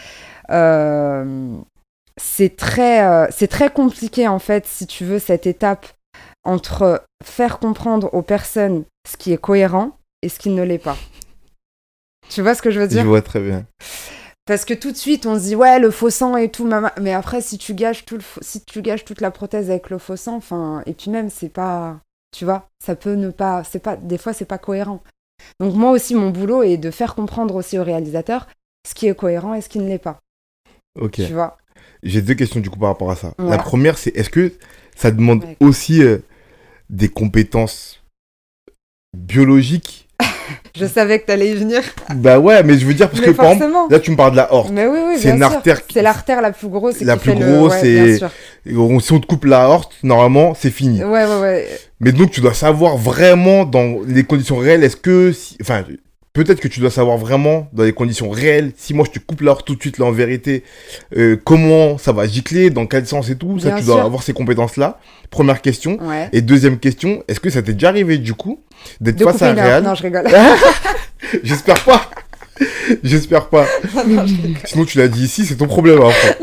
Euh, c'est très, euh, c'est très compliqué en fait, si tu veux, cette étape entre faire comprendre aux personnes ce qui est cohérent et ce qui ne l'est pas. Tu vois ce que je veux dire ? Je vois très bien. Parce que tout de suite, on se dit, ouais, le faux sang et tout, maman. Mais après, si tu gâches, tout le faux... si tu gâches toute la prothèse avec le faux sang, enfin, et puis même, c'est pas, tu vois, ça peut ne pas, c'est pas, des fois, c'est pas cohérent. Donc moi aussi, mon boulot est de faire comprendre aussi au réalisateur ce qui est cohérent et ce qui ne l'est pas. Ok. Tu vois ? J'ai deux questions du coup par rapport à ça. Ouais. La première, c'est est-ce que ça demande Ouais. aussi euh, des compétences biologiques? Je savais que t'allais y venir. Bah ouais, mais je veux dire, parce Mais que par exemple, forcément. là tu me parles de la horte. Mais oui, oui, C'est bien une sûr. artère qui- C'est l'artère la plus grosse. et La qui plus fait le- grosse, ouais, c'est- bien sûr. Et on- si on te coupe la horte, normalement, c'est fini. Ouais, ouais, ouais. Mais donc, tu dois savoir vraiment dans les conditions réelles, est-ce que... si- Enfin, peut-être que tu dois savoir vraiment dans les conditions réelles, si moi je te coupe la horte tout de suite, là, en vérité, euh, comment ça va gicler, dans quel sens et tout. Ça, Bien tu dois sûr. avoir ces compétences-là. Première question. Ouais. Et deuxième question, est-ce que ça t'est déjà arrivé, du coup, d'être De face couper à un une heure. réal? Non, je rigole. J'espère pas. J'espère pas. Non, je rigole. Sinon, tu l'as dit ici, c'est ton problème, après.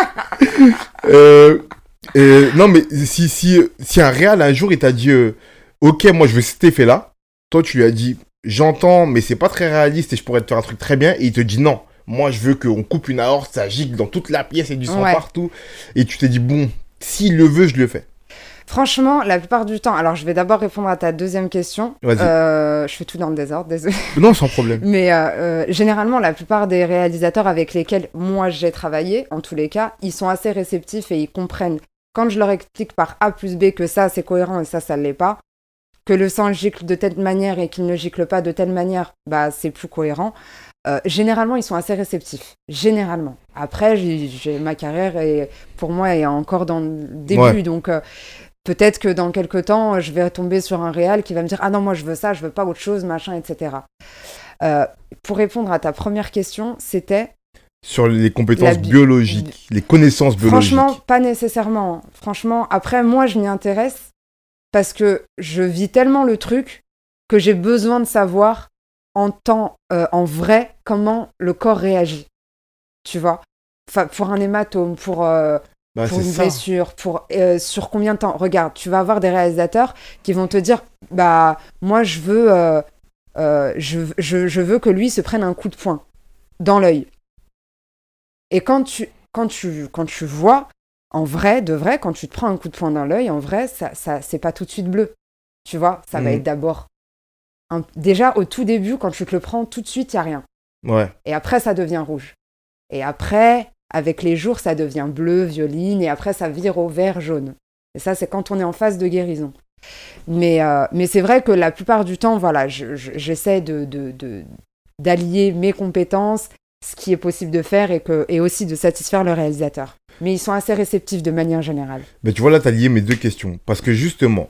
euh, euh, non, mais si, si, si un réal, un jour, il t'a dit euh, ok, moi, je veux cet effet-là. Toi, tu lui as dit j'entends, mais c'est pas très réaliste et je pourrais te faire un truc très bien. Et il te dit non. Moi, je veux qu'on coupe une aorte, ça gicle dans toute la pièce et du sang Ouais. partout. Et tu t'es dit bon, s'il le veut, je le fais. Franchement, la plupart du temps, alors je vais d'abord répondre à ta deuxième question. Vas-y. Euh, je fais tout dans le désordre, désolé. Non, sans problème. Mais euh, euh, généralement, la plupart des réalisateurs avec lesquels moi j'ai travaillé, en tous les cas, ils sont assez réceptifs et ils comprennent. Quand je leur explique par A plus B que ça c'est cohérent et ça, ça ne l'est pas, que le sang gicle de telle manière et qu'il ne gicle pas de telle manière, bah c'est plus cohérent. Euh, généralement, ils sont assez réceptifs. Généralement. Après, j'ai, j'ai ma carrière et pour moi est encore dans le début, Ouais. donc euh, peut-être que dans quelques temps, je vais tomber sur un réal qui va me dire ah non moi je veux ça, je veux pas autre chose, machin, et cetera. Euh, pour répondre à ta première question, c'était Sur les compétences La bi- biologiques, les connaissances biologiques. franchement pas nécessairement. Franchement, après moi je m'y intéresse parce que je vis tellement le truc que j'ai besoin de savoir en temps, euh, en vrai, comment le corps réagit. Tu vois, enfin, pour un hématome, pour, euh, Bah, pour c'est une ça. blessure, pour euh, sur combien de temps. Regarde, tu vas avoir des réalisateurs qui vont te dire, bah moi je veux, euh, euh, je, je, je veux que lui se prenne un coup de poing dans l'œil. Et quand tu, quand tu, quand tu vois, en vrai, de vrai, quand tu te prends un coup de poing dans l'œil, en vrai, ça, ça, c'est pas tout de suite bleu. Tu vois, ça va Mhm. être d'abord un- déjà au tout début, quand tu te le prends tout de suite, il y a rien. Ouais. Et après, ça devient rouge. Et après, avec les jours, ça devient bleu, violine, et après, ça vire au vert, jaune. Et ça, c'est quand on est en phase de guérison. Mais, euh, mais c'est vrai que la plupart du temps, voilà, je- je- j'essaie de, de, de- d'allier mes compétences, ce qui est possible de faire, et, que, et aussi de satisfaire le réalisateur. Mais ils sont assez réceptifs de manière générale. Mais tu vois, là, tu as lié mes deux questions. Parce que justement,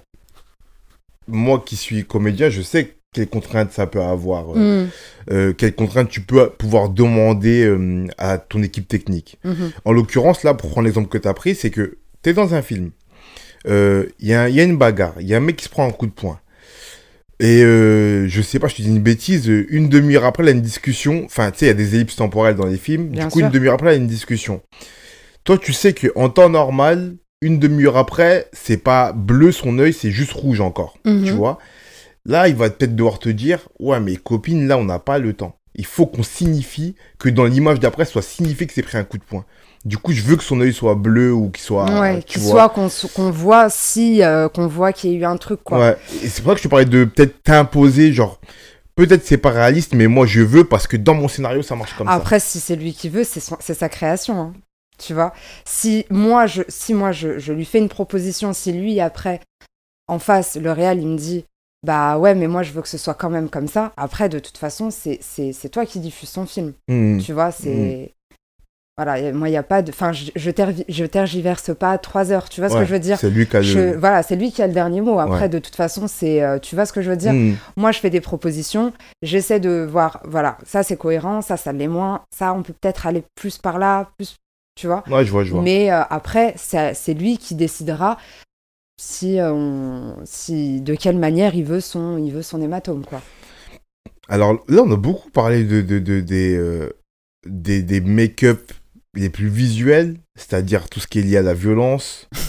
moi qui suis comédien, je sais quelles contraintes ça peut avoir. euh, Mm. euh, quelles contraintes tu peux pouvoir demander euh, à ton équipe technique. Mhm. En l'occurrence, là, pour prendre l'exemple que tu as pris, c'est que tu es dans un film. Il euh, y, y a une bagarre. Il y a un mec qui se prend un coup de poing. Et euh, je sais pas, je te dis une bêtise, une demi-heure après, il y a une discussion. Enfin, tu sais, il y a des ellipses temporelles dans les films. Bien du coup, sûr. une demi-heure après, il y a une discussion. Toi, tu sais qu'en temps normal, une demi-heure après, c'est pas bleu son œil, c'est juste rouge encore. Mhm. Tu vois? Là, il va peut-être devoir te dire, ouais, mais copine, là, on n'a pas le temps. Il faut qu'on signifie que dans l'image d'après, soit signifié que c'est pris un coup de poing. Du coup, je veux que son œil soit bleu ou qu'il soit. Ouais, tu qu'il vois. soit qu'on, s- qu'on voit si euh, qu'on voit qu'il y a eu un truc quoi. Ouais. Et c'est pour ça que je te parlais de peut-être t'imposer, genre, peut-être c'est pas réaliste, mais moi je veux parce que dans mon scénario ça marche comme Après, si c'est lui qui veut, c'est, son- c'est sa création. Hein. Tu vois, si moi, je, si moi je, je lui fais une proposition, si lui, après, en face, le réal, il me dit bah ouais, mais moi, je veux que ce soit quand même comme ça. Après, de toute façon, c'est, c'est, c'est toi qui diffuses son film. ça. Mmh. Tu vois, c'est. Voilà, y a- moi, il n'y a pas de. Enfin, je, je, tervi- je tergiverse pas trois heures. Tu vois ce Ouais, que je veux dire C'est lui qui a Je- le. Voilà, c'est lui qui a le dernier mot. Après, Ouais. de toute façon, c'est. euh, tu vois ce que je veux dire Mmh. Moi, je fais des propositions, j'essaie de voir, voilà, ça c'est cohérent, ça, ça l'est moins, ça, on peut peut-être aller plus par là, plus, tu vois. Ouais, je vois, je vois. Mais euh, après, c'est, c'est lui qui décidera si, euh, on, si, de quelle manière il veut son, il veut son hématome, quoi. Alors là, on a beaucoup parlé de, de, de- des, euh, des, des make-up les plus visuels, c'est-à-dire tout ce qui est lié à la violence,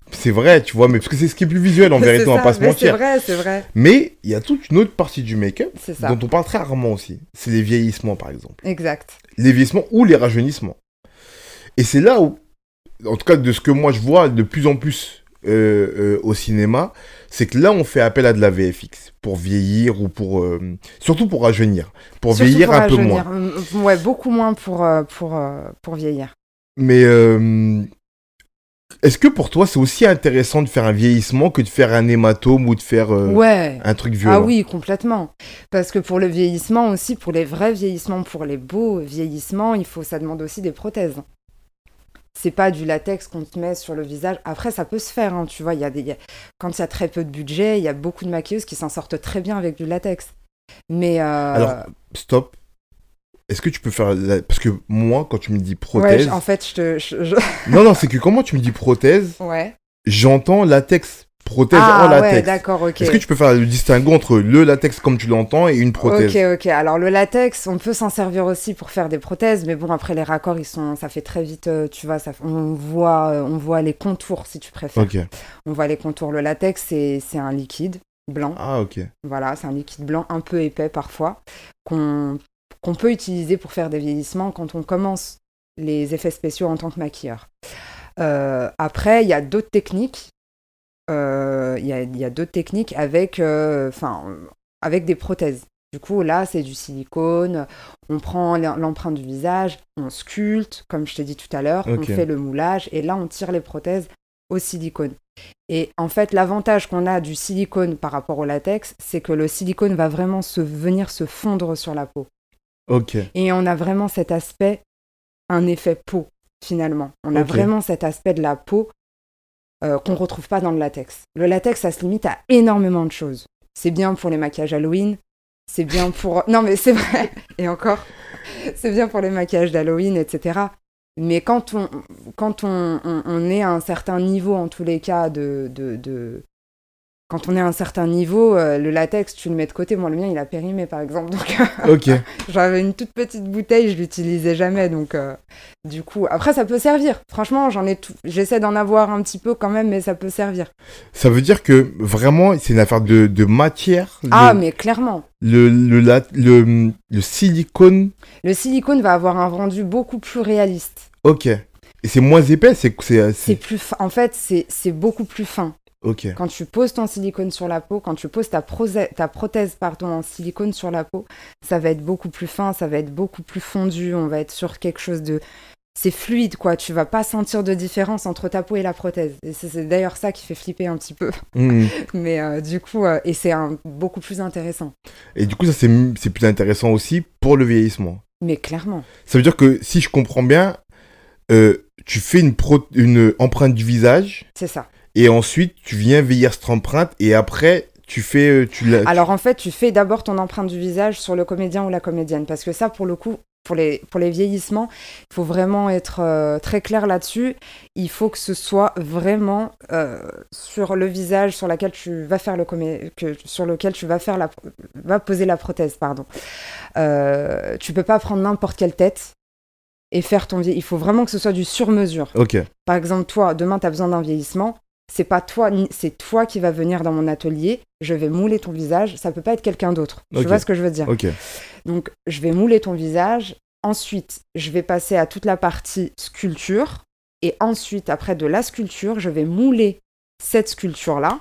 C'est vrai, tu vois, mais parce que c'est ce qui est plus visuel en vérité, C'est on va ça, pas se mais mentir. c'est vrai, c'est vrai. Mais il y a toute une autre partie du make-up C'est ça. dont on parle très rarement aussi. C'est les vieillissements, par exemple. Exact. Les vieillissements ou les rajeunissements. Et c'est là où, en tout cas de ce que moi je vois de plus en plus euh, euh, au cinéma, c'est que là on fait appel à de la V F X pour vieillir ou pour... euh, surtout pour rajeunir. Pour Surtout vieillir pour un peu rajeunir. moins. Mm, Ouais, beaucoup moins pour, euh, pour, euh, pour vieillir. Mais euh, est-ce que pour toi c'est aussi intéressant de faire un vieillissement que de faire un hématome ou de faire euh, Ouais. un truc violent? Ah oui, complètement. Parce que pour le vieillissement aussi, pour les vrais vieillissements, pour les beaux vieillissements, il faut, ça demande aussi des prothèses. C'est pas du latex qu'on te met sur le visage. Après, ça peut se faire, hein, tu vois. Il y a des, il y a- quand il y a très peu de budget, il y a beaucoup de maquilleuses qui s'en sortent très bien avec du latex. Mais euh, Alors, stop. Est-ce que tu peux faire... la- Parce que moi, quand tu me dis ouais, prothèse... je- en fait, je te, je- je- Non, non, c'est que comment tu me dis prothèse, ouais. j'entends latex. Prothèse Ah en ouais, latex. d'accord, ok. Est-ce que tu peux faire le distinguo entre le latex comme tu l'entends et une prothèse? Ok, ok. Alors le latex, on peut s'en servir aussi pour faire des prothèses, mais bon, après les raccords, ils sont, ça fait très vite, euh, tu vois, ça, on voit, euh, on voit les contours si tu préfères. Ok. On voit les contours. Le latex, c'est, c'est un liquide blanc. Ah, ok. Voilà, c'est un liquide blanc un peu épais parfois, qu'on, qu'on peut utiliser pour faire des vieillissements quand on commence les effets spéciaux en tant que maquilleur. Euh, après, il y a d'autres techniques. Euh, Il y a, il y a d'autres techniques avec, euh, enfin, avec des prothèses. Du coup, là, c'est du silicone. On prend l'em- l'empreinte du visage, on sculpte, comme je t'ai dit tout à l'heure, Ok. on fait le moulage, et là, on tire les prothèses au silicone. Et en fait, l'avantage qu'on a du silicone par rapport au latex, c'est que le silicone va vraiment se, venir se fondre sur la peau. Ok. Et on a vraiment cet aspect, un effet peau, finalement. On a Ok. vraiment cet aspect de la peau euh, qu'on ne retrouve pas dans le latex. Le latex, ça se limite à énormément de choses. C'est bien pour les maquillages Halloween, c'est bien pour... Non, mais c'est vrai, et encore, c'est bien pour les maquillages d'Halloween, et cetera. Mais quand on, quand on, on, on est à un certain niveau, en tous les cas, de... de, de... Quand on est à un certain niveau, euh, le latex, tu le mets de côté. Moi, le mien, il a périmé, par exemple. Donc, Ok. j'avais une toute petite bouteille, je l'utilisais jamais. Donc, euh, du coup, après, ça peut servir. Franchement, j'en ai tout... j'essaie d'en avoir un petit peu quand même, mais ça peut servir. Ça veut dire que vraiment, c'est une affaire de, de matière. Ah, le, mais clairement. le, le, la- le, le silicone. Le silicone va avoir un rendu beaucoup plus réaliste. Ok. Et c'est moins épais, c'est... c'est, C'est c'est... plus fin. En fait, c'est, c'est beaucoup plus fin. Ok. Quand tu poses ton silicone sur la peau, quand tu poses ta, prose- ta prothèse pardon, en silicone sur la peau, ça va être beaucoup plus fin, ça va être beaucoup plus fondu, on va être sur quelque chose de... C'est fluide, quoi. Tu vas pas sentir de différence entre ta peau et la prothèse. Et c'est, c'est d'ailleurs ça qui fait flipper un petit peu. Mhm. Mais euh, du coup, euh, et c'est un, beaucoup plus intéressant. Et du coup, ça, c'est, c'est plus intéressant aussi pour le vieillissement. Mais clairement. Ça veut dire que, si je comprends bien, euh, tu fais une, pro- une empreinte du visage... C'est ça. Et ensuite, tu viens vieillir cette empreinte et après, tu fais... euh, Tu la... Alors en fait, tu fais d'abord ton empreinte du visage sur le comédien ou la comédienne. Parce que ça, pour le coup, pour les, pour les vieillissements, il faut vraiment être euh, très clair là-dessus. Il faut que ce soit vraiment euh, sur le visage sur, laquelle tu vas faire le comé- que, sur lequel tu vas, faire la, vas poser la prothèse. Pardon. Euh, tu peux pas prendre n'importe quelle tête et faire ton vieillissement. Il faut vraiment que ce soit du sur-mesure. Ok. Par exemple, toi, demain, tu as besoin d'un vieillissement. C'est pas toi, ni- c'est toi qui vas venir dans mon atelier. Je vais mouler ton visage. Ça peut pas être quelqu'un d'autre. Tu Ok. vois ce que je veux dire? Ok. Donc, je vais mouler ton visage. Ensuite, je vais passer à toute la partie sculpture. Et ensuite, après de la sculpture, je vais mouler cette sculpture-là.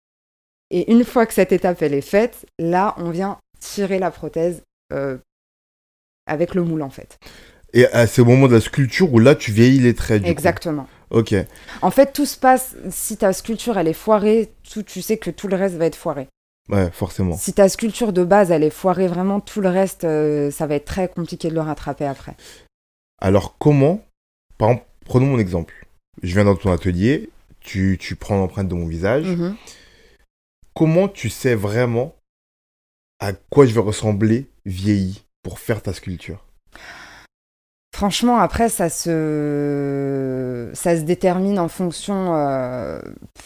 Et une fois que cette étape, elle est faite, là, on vient tirer la prothèse euh, avec le moule, en fait. Et à ce moment de la sculpture où là, tu vieillis les traits, du Exactement. coup. Ok. En fait, tout se passe, si ta sculpture, elle est foirée, tout, tu sais que tout le reste va être foiré. Ouais, forcément. Si ta sculpture de base, elle est foirée, vraiment, tout le reste, euh, ça va être très compliqué de le rattraper après. Alors, comment... Par exemple, prenons mon exemple. Je viens dans ton atelier, tu, tu prends l'empreinte de mon visage. Mhm. Comment tu sais vraiment à quoi je vais ressembler vieilli pour faire ta sculpture? Franchement, après, ça se, ça se détermine en fonction. euh,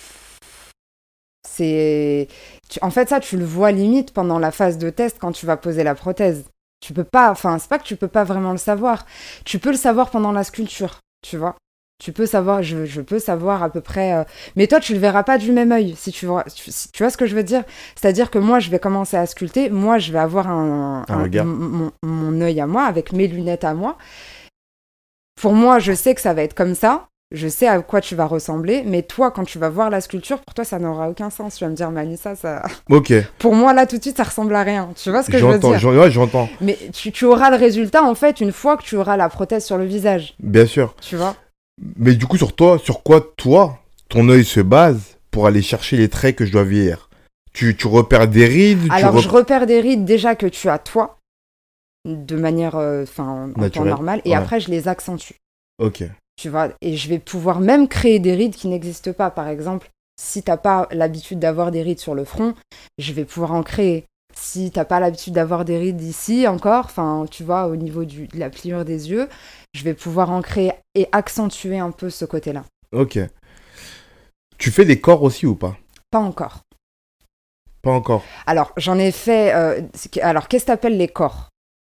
C'est, tu- en fait, ça, tu le vois limite pendant la phase de test quand tu vas poser la prothèse. Tu peux pas, enfin, c'est pas que tu peux pas vraiment le savoir. Tu peux le savoir pendant la sculpture, tu vois. Tu peux savoir, je, je peux savoir à peu près... euh, Mais toi, tu le verras pas du même œil, si tu vois, tu, si- tu vois ce que je veux dire? C'est-à-dire que moi, je vais commencer à sculpter, moi, je vais avoir un, Un un- regard. mon, mon œil à moi, avec mes lunettes à moi. Pour moi, je sais que ça va être comme ça, je sais à quoi tu vas ressembler, mais toi, quand tu vas voir la sculpture, pour toi, ça n'aura aucun sens. Tu vas me dire, Manissa, ça... Ok, Pour moi, là, tout de suite, ça ressemble à rien. Tu vois ce que je veux j'entends, dire? j'en- ouais, j'entends, Mais tu, tu auras le résultat, en fait, une fois que tu auras la prothèse sur le visage, bien sûr. tu vois? Mais du coup, sur toi, sur quoi toi, ton œil se base pour aller chercher les traits que je dois vieillir? Tu, tu repères des rides, tu Alors, rep- je repère des rides déjà que tu as toi, de manière, euh, enfin, en temps Naturelle, normal, et ouais. après, je les accentue, Ok, tu vois. Et je vais pouvoir même créer des rides qui n'existent pas. Par exemple, si t'as pas l'habitude d'avoir des rides sur le front, je vais pouvoir en créer. Si t'as pas l'habitude d'avoir des rides ici encore, enfin, tu vois, au niveau du, de la pliure des yeux, je vais pouvoir en créer et accentuer un peu ce côté-là. ok. Tu fais des corps aussi ou pas? Pas encore. Pas encore. Alors, j'en ai fait... euh, c'est que- alors, qu'est-ce que t'appelles les corps?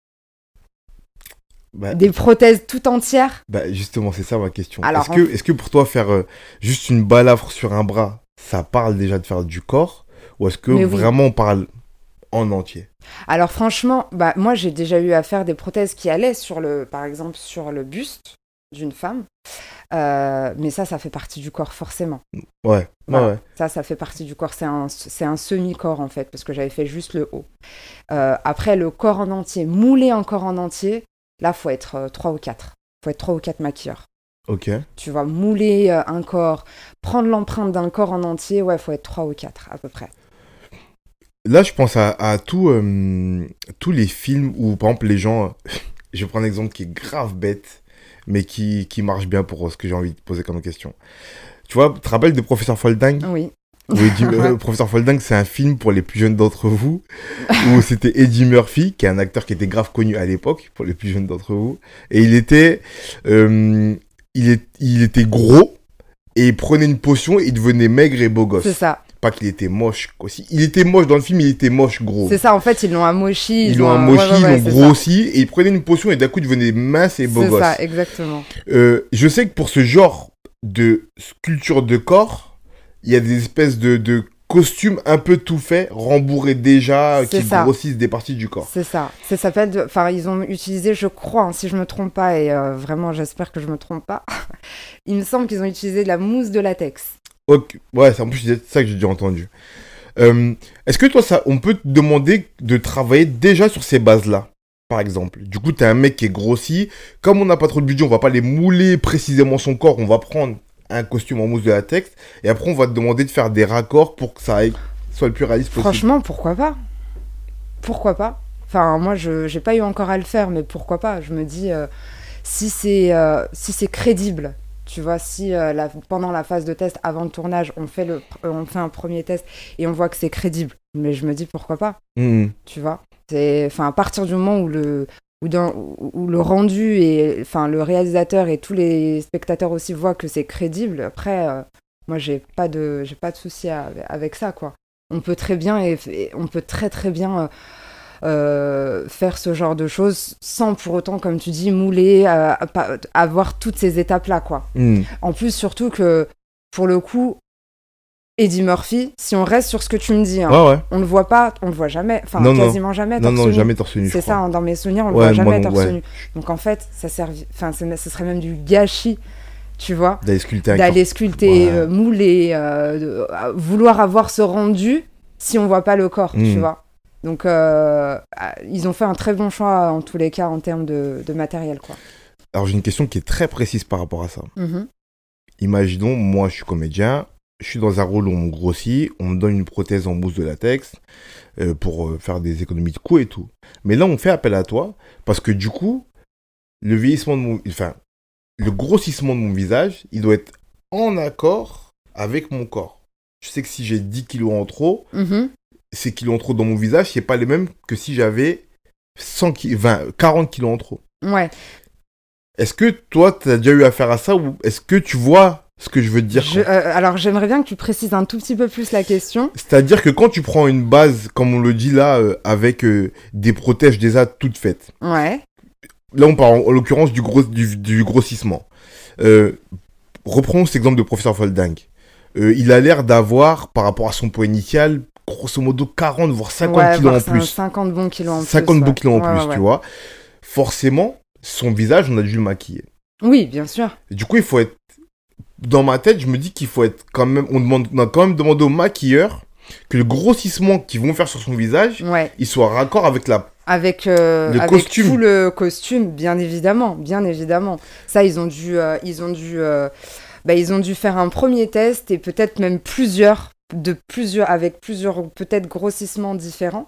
Bah, Des prothèses tout entières? bah, justement, c'est ça ma question. Alors, Est-ce que, est-ce que pour toi, faire euh, juste une balafre sur un bras, ça parle déjà de faire du corps? Ou est-ce que Mais oui. vraiment on parle en entier? Alors franchement, bah, moi j'ai déjà eu à faire des prothèses qui allaient sur le, par exemple sur le buste d'une femme. Euh, mais ça, ça fait partie du corps forcément. Ouais, Voilà. ouais, ouais. Ça, ça fait partie du corps. C'est un, c'est un semi-corps en fait, parce que j'avais fait juste le haut. Euh, après, le corps en entier, mouler un corps en entier, là, faut être euh, trois ou quatre. Faut être trois ou quatre maquilleurs. Ok. Tu vois, mouler euh, un corps, prendre l'empreinte d'un corps en entier, ouais, faut être trois ou quatre à peu près. Là, je pense à, à tout, euh, tous les films où, par exemple, les gens... je prends un exemple qui est grave bête, mais qui, qui marche bien pour ce que j'ai envie de poser comme question. Tu vois, tu te rappelles de Professeur Folding? Oui. Où Eddie- euh, Professeur Folding, c'est un film pour les plus jeunes d'entre vous, où c'était Eddie Murphy, qui est un acteur qui était grave connu à l'époque, pour les plus jeunes d'entre vous. Et il était, euh, il est, il était gros, et il prenait une potion, et il devenait maigre et beau gosse. C'est ça. Pas qu'il était moche aussi. Il était moche dans le film, il était moche gros. C'est ça, en fait, ils l'ont amochi. Ils l'ont un- amochi, ouais, ouais, ils ouais, l'ont c'est grossi, et il prenait une potion, et d'un coup, il devenait mince et ça. beau C'est gosse. ça, exactement. Euh, je sais que pour ce genre de sculpture de corps, il y a des espèces de, de costumes un peu tout faits, rembourrés déjà, C'est qui ça. grossissent des parties du corps. C'est ça. Ça s'appelle. de- Enfin, ils ont utilisé, je crois, hein, si je me trompe pas, et euh, vraiment, j'espère que je me trompe pas. Il me semble qu'ils ont utilisé de la mousse de latex. Ok, ouais, c'est en plus c'est ça que j'ai déjà entendu. Euh, Est-ce que toi, ça, on peut te demander de travailler déjà sur ces bases-là, par exemple? Du coup, t'es un mec qui est grossi. Comme on n'a pas trop de budget, on va pas les mouler précisément son corps. On va prendre un costume en mousse de latex et après, on va te demander de faire des raccords pour que ça aille- soit le plus réaliste possible. Franchement, pourquoi pas? Pourquoi pas? Enfin, moi, je j'ai pas eu encore à le faire, mais pourquoi pas? Je me dis, euh, si c'est euh, si c'est crédible, tu vois, si euh, la- pendant la phase de test, avant le tournage, on fait, le, euh, on fait un premier test et on voit que c'est crédible, mais je me dis pourquoi pas, Mhm. tu vois? C'est, enfin, à partir du moment où le, où dans- où- où le rendu et enfin, le réalisateur et tous les spectateurs aussi voient que c'est crédible, après, euh, moi, j'ai pas de, j'ai pas de souci à- avec ça, quoi. On peut très bien, et, et on peut très très bien euh, euh, faire ce genre de choses sans pour autant, comme tu dis, mouler, euh, pas- avoir toutes ces étapes-là, quoi. Mhm. En plus, surtout que, pour le coup, Eddie Murphy, si on reste sur ce que tu me dis, hein, Ouais, ouais. on le voit pas, on le voit jamais, enfin Non, non. quasiment jamais Non, torse non, nu. jamais torse nu, je C'est crois. ça, hein, dans mes souvenirs, on le Ouais, voit jamais moi non, torse ouais. nu. Donc en fait, ça servi... enfin, c'est- ce serait même du gâchis, tu vois, D'aller sculpter un d'aller corps. sculpter, Ouais. euh, mouler, euh, de- euh, vouloir avoir ce rendu si on voit pas le corps, Mm. tu vois. Donc euh, ah, ils ont fait un très bon choix en tous les cas en termes de, de matériel, quoi. Alors, j'ai une question qui est très précise par rapport à ça. Mhm. Imaginons, moi, je suis comédien, je suis dans un rôle où on me grossit, on me donne une prothèse en mousse de latex euh, pour euh, faire des économies de coûts et tout. Mais là, on fait appel à toi parce que du coup, le vieillissement de mon... Enfin, le grossissement de mon visage, il doit être en accord avec mon corps. Je sais que si j'ai dix kilos en trop, Mhm. ces kilos en trop dans mon visage, c'est pas les mêmes que si j'avais cent ki- vingt, quarante kilos en trop. Ouais. Est-ce que toi, tu as déjà eu affaire à ça ou est-ce que tu vois ce que je veux te dire Je- quoi euh, alors j'aimerais bien que tu précises un tout petit peu plus la question. C'est-à-dire que quand tu prends une base, comme on le dit là, euh, avec euh, des protèges déjà toutes faites, Ouais. là on parle en, en l'occurrence du, gros, du, du grossissement. Euh, reprenons cet exemple de professeur Folding. Euh, il a l'air d'avoir, par rapport à son poids initial, grosso modo quarante voire cinquante Ouais, kilos en voire plus. cinquante bons kilos en plus. cinquante bons ouais. kilos en Ouais, plus, ouais, tu ouais. vois. Forcément, son visage, on a dû le maquiller. Oui, bien sûr. Et du coup, il faut être... Dans ma tête, je me dis qu'il faut être quand même... On, demande... on a quand même demandé au maquilleur que le grossissement qu'ils vont faire sur son visage, Ouais. il soit raccord avec la... Avec, euh, Le avec costume. tout le costume, bien évidemment, bien évidemment. Ça, ils ont dû, euh, ils ont dû, euh, bah, ils ont dû faire un premier test et peut-être même plusieurs, de plusieurs, avec plusieurs peut-être grossissements différents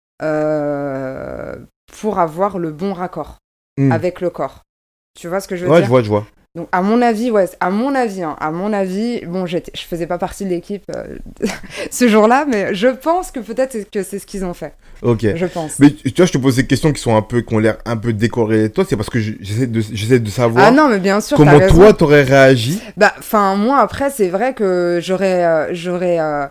euh, pour avoir le bon raccord Hmm. avec le corps. Tu vois ce que je veux Ouais, dire? je vois, je vois. Donc à mon avis, ouais, à mon avis, hein, à mon avis, bon, j'étais, je faisais pas partie de l'équipe euh, ce jour-là, mais je pense que peut-être que c'est ce qu'ils ont fait. Ok. Je pense. Mais tu vois, je te pose des questions qui sont un peu, qui ont l'air un peu décorrélées de toi, c'est parce que je- j'essaie de, j'essaie de savoir Ah non, mais bien sûr, comment t'as raison. toi t'aurais réagi. Bah, enfin, moi, après, c'est vrai que j'aurais... euh, j'aurais euh,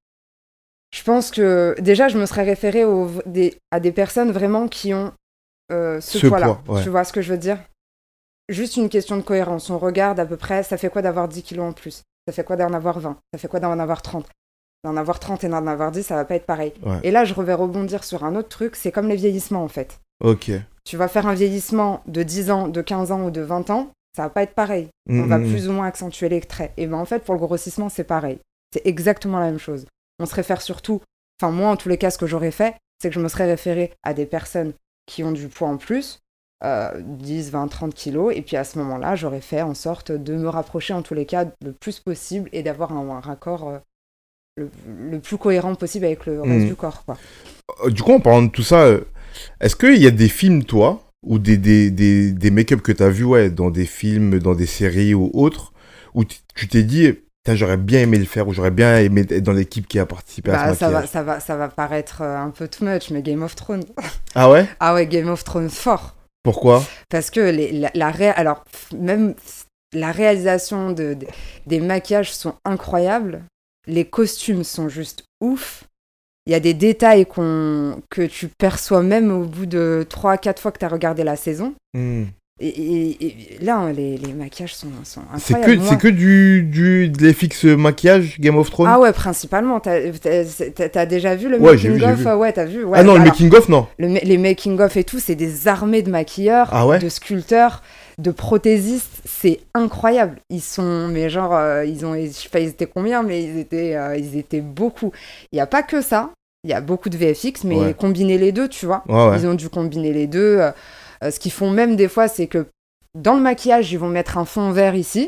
je pense que... Déjà, je me serais référée au, des, à des personnes vraiment qui ont euh, ce, Ce poids-là. poids, ouais. Tu vois ce que je veux dire? Juste une question de cohérence. On regarde à peu près, ça fait quoi d'avoir dix kilos en plus? Ça fait quoi d'en avoir vingt? Ça fait quoi d'en avoir trente? D'en avoir trente et d'en avoir dix, ça va pas être pareil. Ouais. Et là, je vais rebondir sur un autre truc, c'est comme les vieillissements, en fait. Ok. Tu vas faire un vieillissement de dix ans, de quinze ans ou de vingt ans, ça va pas être pareil. Mm, On va mm, plus ou moins accentuer les traits. Et ben en fait, pour le grossissement, c'est pareil. C'est exactement la même chose. On se réfère surtout, enfin moi en tous les cas, ce que j'aurais fait, c'est que je me serais référé à des personnes qui ont du poids en plus, euh, dix, vingt, trente kilos, et puis à ce moment-là, j'aurais fait en sorte de me rapprocher en tous les cas le plus possible et d'avoir un, un raccord euh, le, le plus cohérent possible avec le reste Mm. du corps, quoi. Euh, Du coup, en parlant de tout ça, euh, est-ce qu'il y a des films, toi, ou des, des, des, des make-up que t'as vus, ouais, dans des films, dans des séries ou autres, où t- tu t'es dit, putain, j'aurais bien aimé le faire, ou j'aurais bien aimé être dans l'équipe qui a participé à Bah, ce ça va, maquillage. ça va, ça va paraître euh, un peu too much, mais Game of Thrones. Ah ouais? Ah ouais, Game of Thrones fort. Pourquoi? Parce que les, la, la ré... alors f- même f- la réalisation de, de- des maquillages sont incroyables, les costumes sont juste ouf. Il y a des détails qu'on que tu perçois même au bout de trois quatre fois que tu as regardé la saison. Hmm. Et, et- et là, hein, les, les maquillages sont, sont C'est incroyables. que, Moi- c'est que du, du, de l'F X maquillage Game of Thrones? Ah ouais, principalement. T'as, t'as, t'as- t'as déjà vu le Ouais, j'ai vu, j'ai making-of? vu. euh, Ouais, t'as vu. Ouais, Ah non, le alors, making-of, non. le ma- les making-of et tout, c'est des armées de maquilleurs, Ah ouais de sculpteurs, de prothésistes. C'est incroyable. Ils sont, mais genre, euh, ils ont, je sais pas, ils étaient combien, mais ils étaient, euh, ils étaient beaucoup. Il y a pas que ça. Il y a beaucoup de V F X, mais Ouais. combiner les deux, tu vois. Ouais, ouais. Ils ont dû combiner les deux. Euh, euh, ce qu'ils font même des fois, c'est que dans le maquillage, ils vont mettre un fond vert ici.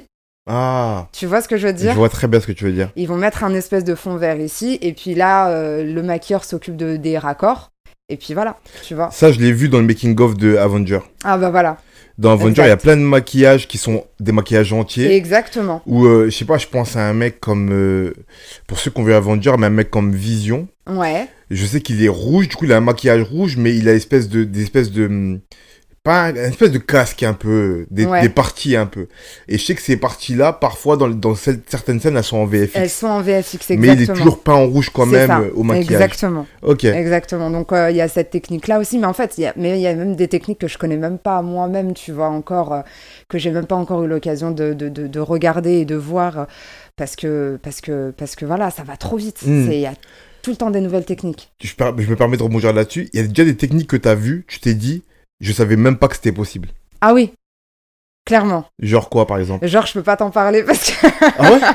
Ah, Tu vois ce que je veux je dire? vois très bien ce que tu veux dire. Ils vont mettre un espèce de fond vert ici, et puis là, euh, le maquilleur s'occupe de, des raccords, et puis voilà, tu vois. Ça, je l'ai vu dans le making-of de Avenger. Ah bah voilà, Dans Avenger, Exact. il y a plein de maquillages qui sont des maquillages entiers. exactement. Ou, euh, je sais pas, je pense à un mec comme... euh, pour ceux qui ont vu Avenger, mais un mec comme Vision. Ouais, Je sais qu'il est rouge, du coup, il a un maquillage rouge, mais il a espèce de, des espèces de... hum, Pas un, une espèce de casque un peu, des, Ouais. des parties un peu. Et je sais que ces parties-là, parfois, dans, dans celle- certaines scènes, elles sont en V F X. elles sont en V F X, mais exactement. il est toujours peint en rouge quand C'est même ça, euh, au maquillage. Exactement, Ok. exactement. Donc euh, il y a cette technique-là aussi, mais en fait, il y a, mais il y a même des techniques que je connais même pas moi-même, tu vois, encore, euh, que j'ai même pas encore eu l'occasion de, de, de, de regarder et de voir, euh, parce que, parce que, parce que voilà, ça va trop vite. Mm. C'est- Il y a tout le temps des nouvelles techniques. Je, per- je me permets de rebondir là-dessus. Il y a déjà des techniques que tu as vues, tu t'es dit, je savais même pas que c'était possible. Ah oui, clairement. Genre quoi, par exemple? Genre, je peux pas t'en parler parce que... Ah ouais?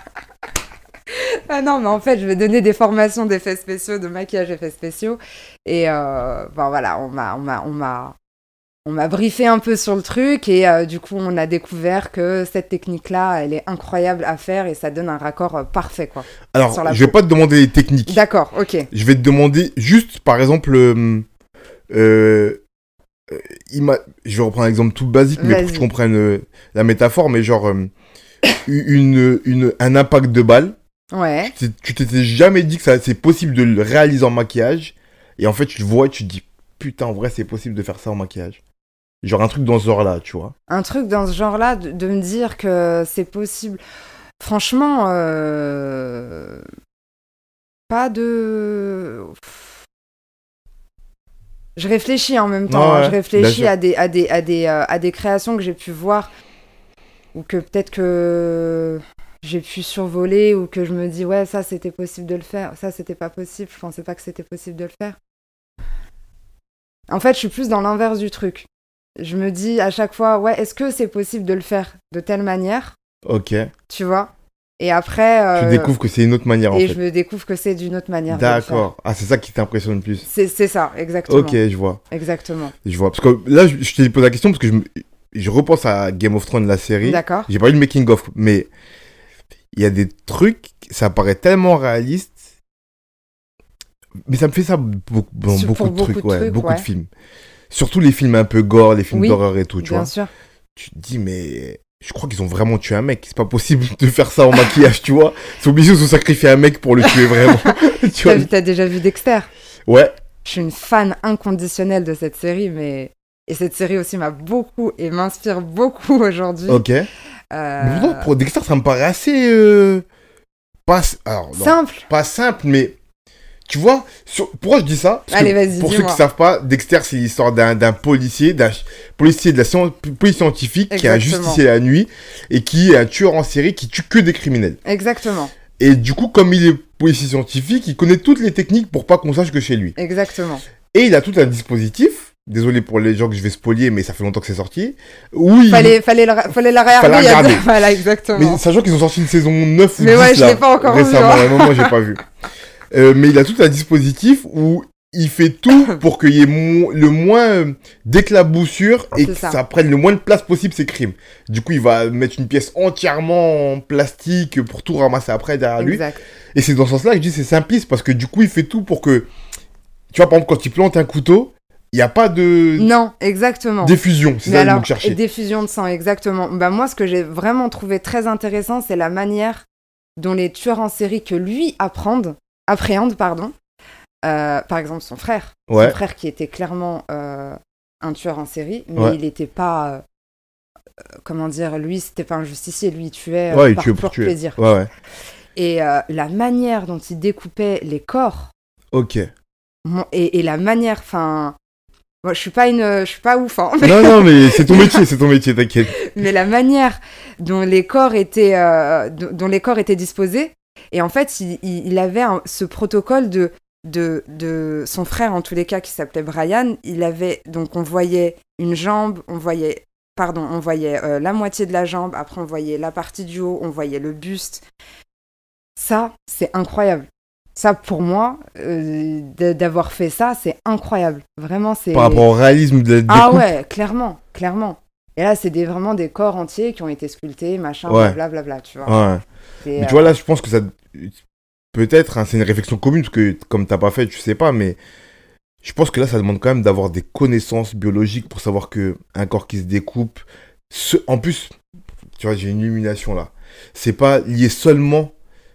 Ah non, mais en fait, je vais donner des formations d'effets spéciaux, de maquillage d'effets spéciaux. Et euh, ben voilà, on m'a, on m'a, on m'a, on m'a briefé un peu sur le truc. Et euh, du coup, on a découvert que cette technique-là, elle est incroyable à faire et ça donne un raccord euh, parfait, quoi. Alors, Sur la je vais peau. pas te demander les techniques. D'accord, ok. Je vais te demander juste, par exemple, euh, euh, euh, ima- je vais reprendre un exemple tout basique, mais pour que Vas-y. tu comprennes euh, la métaphore, mais genre, euh, une, une, un impact de balle. Ouais. Tu t'es- tu t'étais jamais dit que ça, c'est possible de le réaliser en maquillage. Et en fait, tu le vois et tu te dis, putain, en vrai, c'est possible de faire ça en maquillage. Genre un truc dans ce genre-là, tu vois. Un truc dans ce genre-là, de, de me dire que c'est possible. Franchement, euh, pas de... Je réfléchis en même temps, Ouais, hein. ouais, Je bien réfléchis sûr. à des, à, des, à, des, euh, à des créations que j'ai pu voir. ou que peut-être que j'ai pu survoler, ou que je me dis ouais, ça c'était possible de le faire, ça c'était pas possible, je pensais pas que c'était possible de le faire. En fait, je suis plus dans l'inverse du truc. Je me dis à chaque fois, ouais, est-ce que c'est possible de le faire de telle manière? Ok. Tu vois? Et après... Euh, tu découvres que c'est une autre manière, en et fait. Et je me découvre que c'est d'une autre manière. D'accord. Ah, c'est ça qui t'impressionne le plus. C'est, c'est ça, exactement. Ok, je vois. Exactement. Je vois. Parce que là, je, je t'ai posé la question parce que je, je repense à Game of Thrones, la série. D'accord. J'ai pas eu le making-of, mais il y a des trucs, ça paraît tellement réaliste. Mais ça me fait ça beaucoup, dans Sur, beaucoup, de, beaucoup trucs, de ouais, trucs, beaucoup ouais. de films. Surtout les films un peu gore, les films oui, d'horreur et tout, tu bien vois. Sûr. Tu te dis, mais je crois qu'ils ont vraiment tué un mec. C'est pas possible de faire ça en maquillage, tu vois. C'est obligé de se sacrifier un mec pour le tuer vraiment. tu t'as, vois. T'as déjà vu Dexter? Ouais. Je suis une fan inconditionnelle de cette série, mais... Et cette série aussi m'a beaucoup et m'inspire beaucoup aujourd'hui. Ok. Euh... Mais pourtant, pour Dexter, ça me paraît assez... Euh... Pas... Alors, non, simple. Pas simple, mais... Tu vois, sur... pourquoi je dis ça? Parce Allez, que vas-y, pour dis-moi. ceux qui ne savent pas, Dexter, c'est l'histoire d'un, d'un policier, d'un policier de la science, police scientifique. Exactement. Qui a un justicier la nuit et qui est un tueur en série qui tue que des criminels. Exactement. Et du coup, comme il est policier scientifique, il connaît toutes les techniques pour pas qu'on sache que chez lui. Exactement. Et il a tout un dispositif. Désolé pour les gens que je vais spolier, mais ça fait longtemps que c'est sorti. Oui. Fallait, il... fallait, le... fallait la regarder. Fallait la regarder. Voilà, exactement. Mais sachant qu'ils ont sorti une saison neuf ou mais dix ouais, je là, l'ai pas encore récemment. vu. Hein. Moi, j'ai pas vu. Euh, mais il a tout un dispositif où il fait tout pour qu'il y ait mo- le moins d'éclaboussures et que ça. ça prenne le moins de place possible ces crimes. Du coup, il va mettre une pièce entièrement en plastique pour tout ramasser après derrière exact. lui. Et c'est dans ce sens-là que je dis c'est simpliste parce que du coup, il fait tout pour que... Tu vois, par exemple, quand il plante un couteau, il n'y a pas de... Non, exactement. Diffusion, c'est mais ça alors, que je cherchais. Diffusion de sang, exactement. Bah, moi, ce que j'ai vraiment trouvé très intéressant, c'est la manière dont les tueurs en série que lui apprendent, appréhendent, pardon, euh, par exemple son frère. Ouais. Son frère qui était clairement euh, un tueur en série, mais ouais. il n'était pas... Euh, comment dire, lui, c'était pas un justicier, lui, il tuait ouais, euh, il par tuait pur pour tuer. plaisir. Ouais, ouais. Et euh, la manière dont il découpait les corps... Ok. Et, et la manière, enfin... Bon, je suis pas une, je suis pas ouf. Hein, mais... Non, non, mais c'est ton métier, c'est ton métier, t'inquiète. Mais la manière dont les corps étaient, euh, dont les corps étaient disposés, et en fait, il, il avait un, ce protocole de, de, de son frère, en tous les cas, qui s'appelait Brian. Il avait, donc, on voyait une jambe, on voyait, pardon, on voyait euh, la moitié de la jambe. Après, on voyait la partie du haut, on voyait le buste. Ça, c'est incroyable. Ça, pour moi, euh, d'avoir fait ça, c'est incroyable. Vraiment, c'est... Par rapport au réalisme de la découpe. Ah ouais, clairement, clairement. Et là, c'est des, vraiment des corps entiers qui ont été sculptés, machin, ouais. blablabla, bla, tu vois. Ouais. Mais euh... tu vois, là, je pense que ça... Peut-être, hein, c'est une réflexion commune, parce que comme t'as pas fait, tu sais pas, mais... Je pense que là, ça demande quand même d'avoir des connaissances biologiques pour savoir qu'un corps qui se découpe... Ce... En plus, tu vois, j'ai une illumination, là. C'est pas lié seulement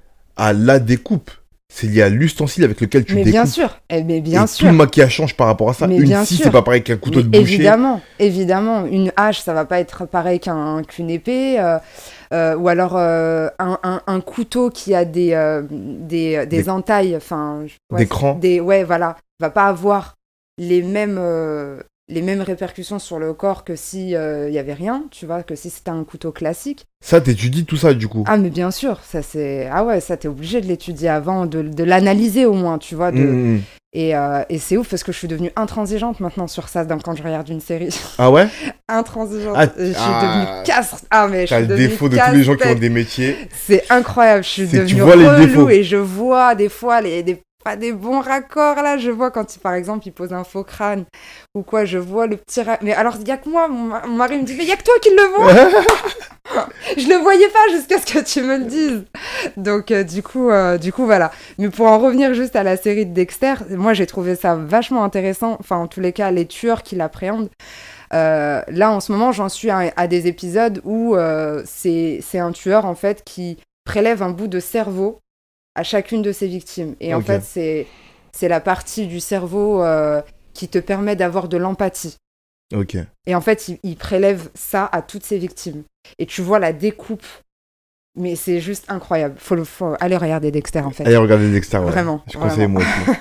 à la découpe. C'est lié à l'ustensile avec lequel tu mais découpes. Bien sûr, eh, mais bien et sûr. Tout le maquillage change par rapport à ça. Mais une scie, c'est pas pareil qu'un couteau mais de boucher. Évidemment, évidemment. Une hache, ça va pas être pareil qu'un, qu'une épée. Euh, euh, ou alors euh, un, un, un couteau qui a des, euh, des, des, des entailles. Enfin, ouais, des crans. Des, ouais, voilà. Va pas avoir les mêmes... Euh, les mêmes répercussions sur le corps que si il euh, y avait rien, tu vois, que si c'était un couteau classique. Ça, t'étudies tout ça, du coup? Ah, mais bien sûr, ça c'est... Ah ouais, ça, t'es obligé de l'étudier avant, de, de l'analyser au moins, tu vois. De... Mmh. Et, euh, et c'est ouf, parce que je suis devenue intransigeante maintenant sur ça, quand je regarde une série. Ah ouais? Intransigeante. Ah, je suis ah, devenue casse... Ah, mais je suis devenue T'as le défaut de tous les gens qui ont des métiers. C'est incroyable, je suis c'est devenue tu vois relou les défauts. Et je vois des fois les... des... pas des bons raccords, là, je vois quand, il, par exemple, il pose un faux crâne, ou quoi, je vois le petit... Ra... Mais alors, il n'y a que moi, mon, mon mari me dit, mais il n'y a que toi qui le vois. Je le voyais pas jusqu'à ce que tu me le dises. Donc, euh, du coup, euh, du coup, voilà. Mais pour en revenir juste à la série de Dexter, moi, j'ai trouvé ça vachement intéressant, enfin, en tous les cas, les tueurs qui l'appréhendent. Euh, là, en ce moment, j'en suis à, à des épisodes où euh, c'est, c'est un tueur, en fait, qui prélève un bout de cerveau à chacune de ses victimes. Et okay. en fait, c'est, c'est la partie du cerveau euh, qui te permet d'avoir de l'empathie. Ok. Et en fait, il, il prélève ça à toutes ses victimes. Et tu vois la découpe. Mais c'est juste incroyable. Faut, le, faut aller regarder Dexter, en fait. Allez regarder Dexter, ouais. Vraiment. Je conseille moi aussi.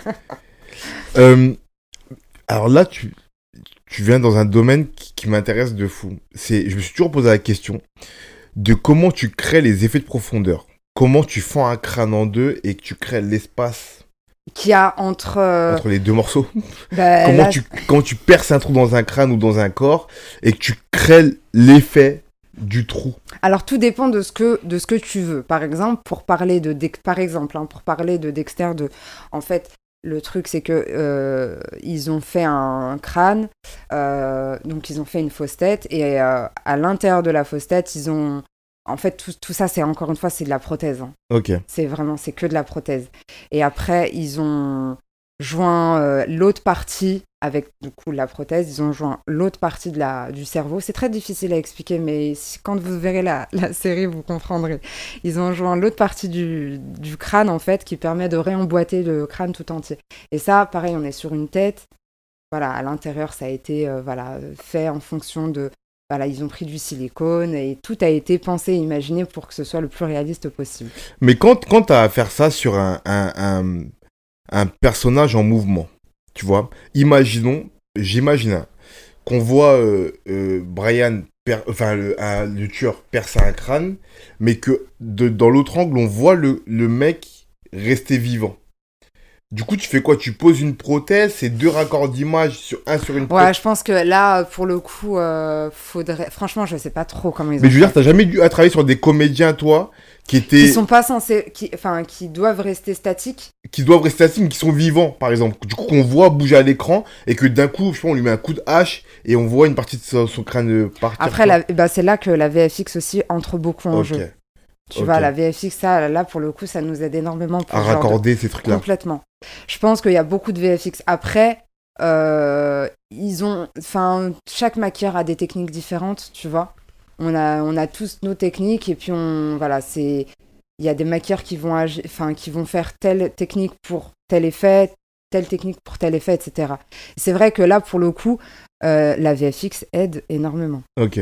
euh, alors là, tu, tu viens dans un domaine qui, qui m'intéresse de fou. C'est, je me suis toujours posé la question. de comment tu crées les effets de profondeur. Comment tu fends un crâne en deux et que tu crées l'espace Qu'il y a entre... euh, entre les deux morceaux. bah, Comment là, tu, quand tu perces un trou dans un crâne ou dans un corps et que tu crées l'effet du trou. Alors tout dépend de ce que de ce que tu veux. Par exemple, pour parler de Dex- par exemple, hein, pour parler de Dexter, de en fait, le truc c'est que euh, ils ont fait un crâne, euh, donc ils ont fait une fausse tête et euh, à l'intérieur de la fausse tête, ils ont en fait tout, tout ça c'est encore une fois c'est de la prothèse. Hein. Ok. C'est vraiment c'est que de la prothèse. Et après ils ont joint euh, l'autre partie avec du coup la prothèse, ils ont joint l'autre partie de la, du cerveau. C'est très difficile à expliquer, mais si, quand vous verrez la, la série, vous comprendrez. Ils ont joint l'autre partie du, du crâne, en fait, qui permet de réemboîter le crâne tout entier. Et ça, pareil, on est sur une tête. Voilà, à l'intérieur, ça a été euh, voilà, fait en fonction de... Voilà, ils ont pris du silicone et tout a été pensé et imaginé pour que ce soit le plus réaliste possible. Mais quand, quand tu as à faire ça sur un, un, un, un personnage en mouvement, tu vois, imaginons, j'imagine hein, qu'on voit euh, euh, Brian, per, enfin le, un- le tueur percer un crâne, mais que de, dans l'autre angle, on voit le, le mec rester vivant. Du coup, tu fais quoi? Tu poses une prothèse, c'est deux raccords d'image, sur, un sur une prothèse. Ouais, je pense que là, pour le coup, euh, faudrait... Franchement, je sais pas trop comment ils ont Mais je veux fait. dire, t'as jamais dû à travailler sur des comédiens, toi, qui étaient, Qui sont pas censés... Qui... Enfin, qui doivent rester statiques. qui doivent rester assis, mais qui sont vivants, par exemple. Du coup, qu'on voit bouger à l'écran, et que d'un coup, je sais pas, on lui met un coup de hache, et on voit une partie de son, son crâne euh, partir. Après, la... bah, c'est là que la V F X aussi entre beaucoup en Ok. jeu. Tu Ok. vois, la V F X, ça, là, pour le coup, ça nous aide énormément pour À ce genre de- raccorder ces trucs-là. Complètement. Je pense qu'il y a beaucoup de V F X. Après, euh, ils ont... Enfin, chaque maquilleur a des techniques différentes, tu vois. On a, on a tous nos techniques, et puis on... Voilà, c'est... Il y a des maquilleurs qui vont, agi- enfin, qui vont faire telle technique pour tel effet, telle technique pour tel effet, et cetera. C'est vrai que là, pour le coup, euh, la V F X aide énormément. Ok.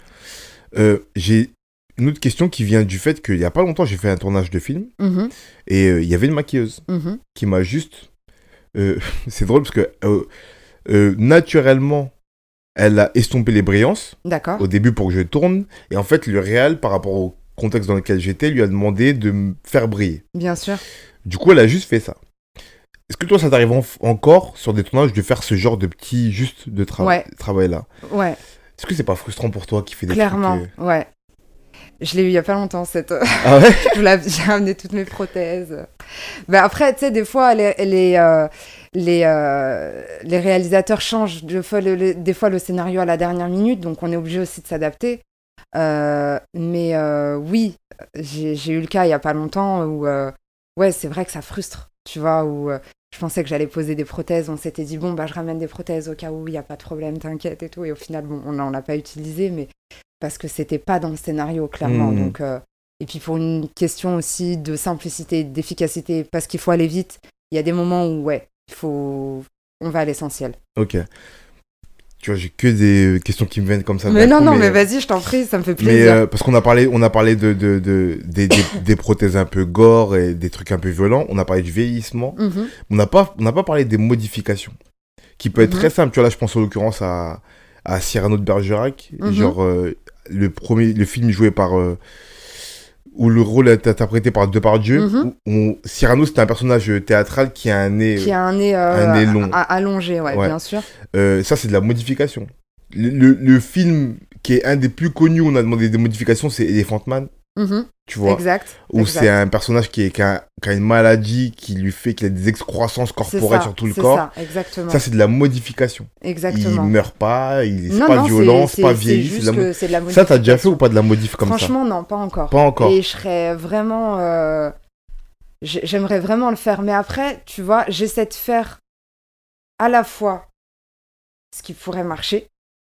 Euh, j'ai une autre question qui vient du fait qu'il y a pas longtemps, j'ai fait un tournage de film, Mhm, et euh, il y avait une maquilleuse mhm. qui m'a juste... euh, c'est drôle parce que euh, euh, naturellement, elle a estompé les brillances D'accord. au début pour que je tourne. Et en fait, le réal, par rapport au contexte dans lequel j'étais, lui a demandé de me faire briller. Bien sûr. Du coup, elle a juste fait ça. Est-ce que toi, ça t'arrive en- encore sur des tournages de faire ce genre de petit juste de tra- Ouais. travail-là? Ouais, Est-ce que c'est pas frustrant pour toi qui fait des clairement. trucs euh, Ouais. Je l'ai eu il y a pas longtemps, cette... Ah ouais? Je l'ai- J'ai amené toutes mes prothèses. Ben après, tu sais, des fois, les, les, euh, les, euh, les réalisateurs changent des fois le, le- des fois le scénario à la dernière minute, donc on est obligé aussi de s'adapter. Euh, mais euh, oui, j'ai j'ai eu le cas il y a pas longtemps où, euh, ouais, c'est vrai que ça frustre, tu vois, où euh, je pensais que j'allais poser des prothèses, on s'était dit, bon, bah, je ramène des prothèses au cas où il n'y a pas de problème, t'inquiète et tout, et au final, bon, on n'en a pas utilisé, mais parce que c'était pas dans le scénario, clairement, Mmh. donc... euh, et puis pour une question aussi de simplicité, d'efficacité, parce qu'il faut aller vite, il y a des moments où, ouais, il faut... on va à l'essentiel. Ok. Tu vois, j'ai que des questions qui me viennent comme ça. Mais d'un non, coup, non, mais vas-y, je t'en prie, ça me fait Mais plaisir. euh, parce qu'on a parlé, on a parlé de, de, de- des, des, des prothèses un peu gore et des trucs un peu violents. On a parlé du vieillissement. Mhm. On n'a pas, on n'a pas parlé des modifications, qui peut être Mhm. très simple. Tu vois, là, je pense en l'occurrence à, à Cyrano de Bergerac. Mhm. Genre, euh, le premier, le film joué par... euh, où le rôle est interprété par Depardieu. Mhm. Où on- Cyrano, c'est un personnage théâtral qui a un nez... Qui a un nez, euh, un nez long. a- a- allongé, ouais, Ouais. bien sûr. Euh, ça, c'est de la modification. Le, le, le film qui est un des plus connus où on a demandé des modifications, c'est Elephant Man, Mhm. tu vois. Exact. Où exact. c'est un personnage qui, est, qui, a, qui a une maladie qui lui fait qu'il a des excroissances C'est corporelles ça, sur tout le c'est corps. ça, exactement. Ça, c'est de la modification. exactement. Il meurt pas, il c'est non, pas non, violent, c'est pas c'est vieilli. c'est juste de la mo- que c'est de la Ça, t'as déjà fait modification. ou pas de la modif comme ça? Franchement, non, pas encore. Pas encore. Et je serais vraiment... euh, j'ai- J'aimerais vraiment le faire. Mais après, tu vois, j'essaie de faire à la fois ce qui pourrait marcher,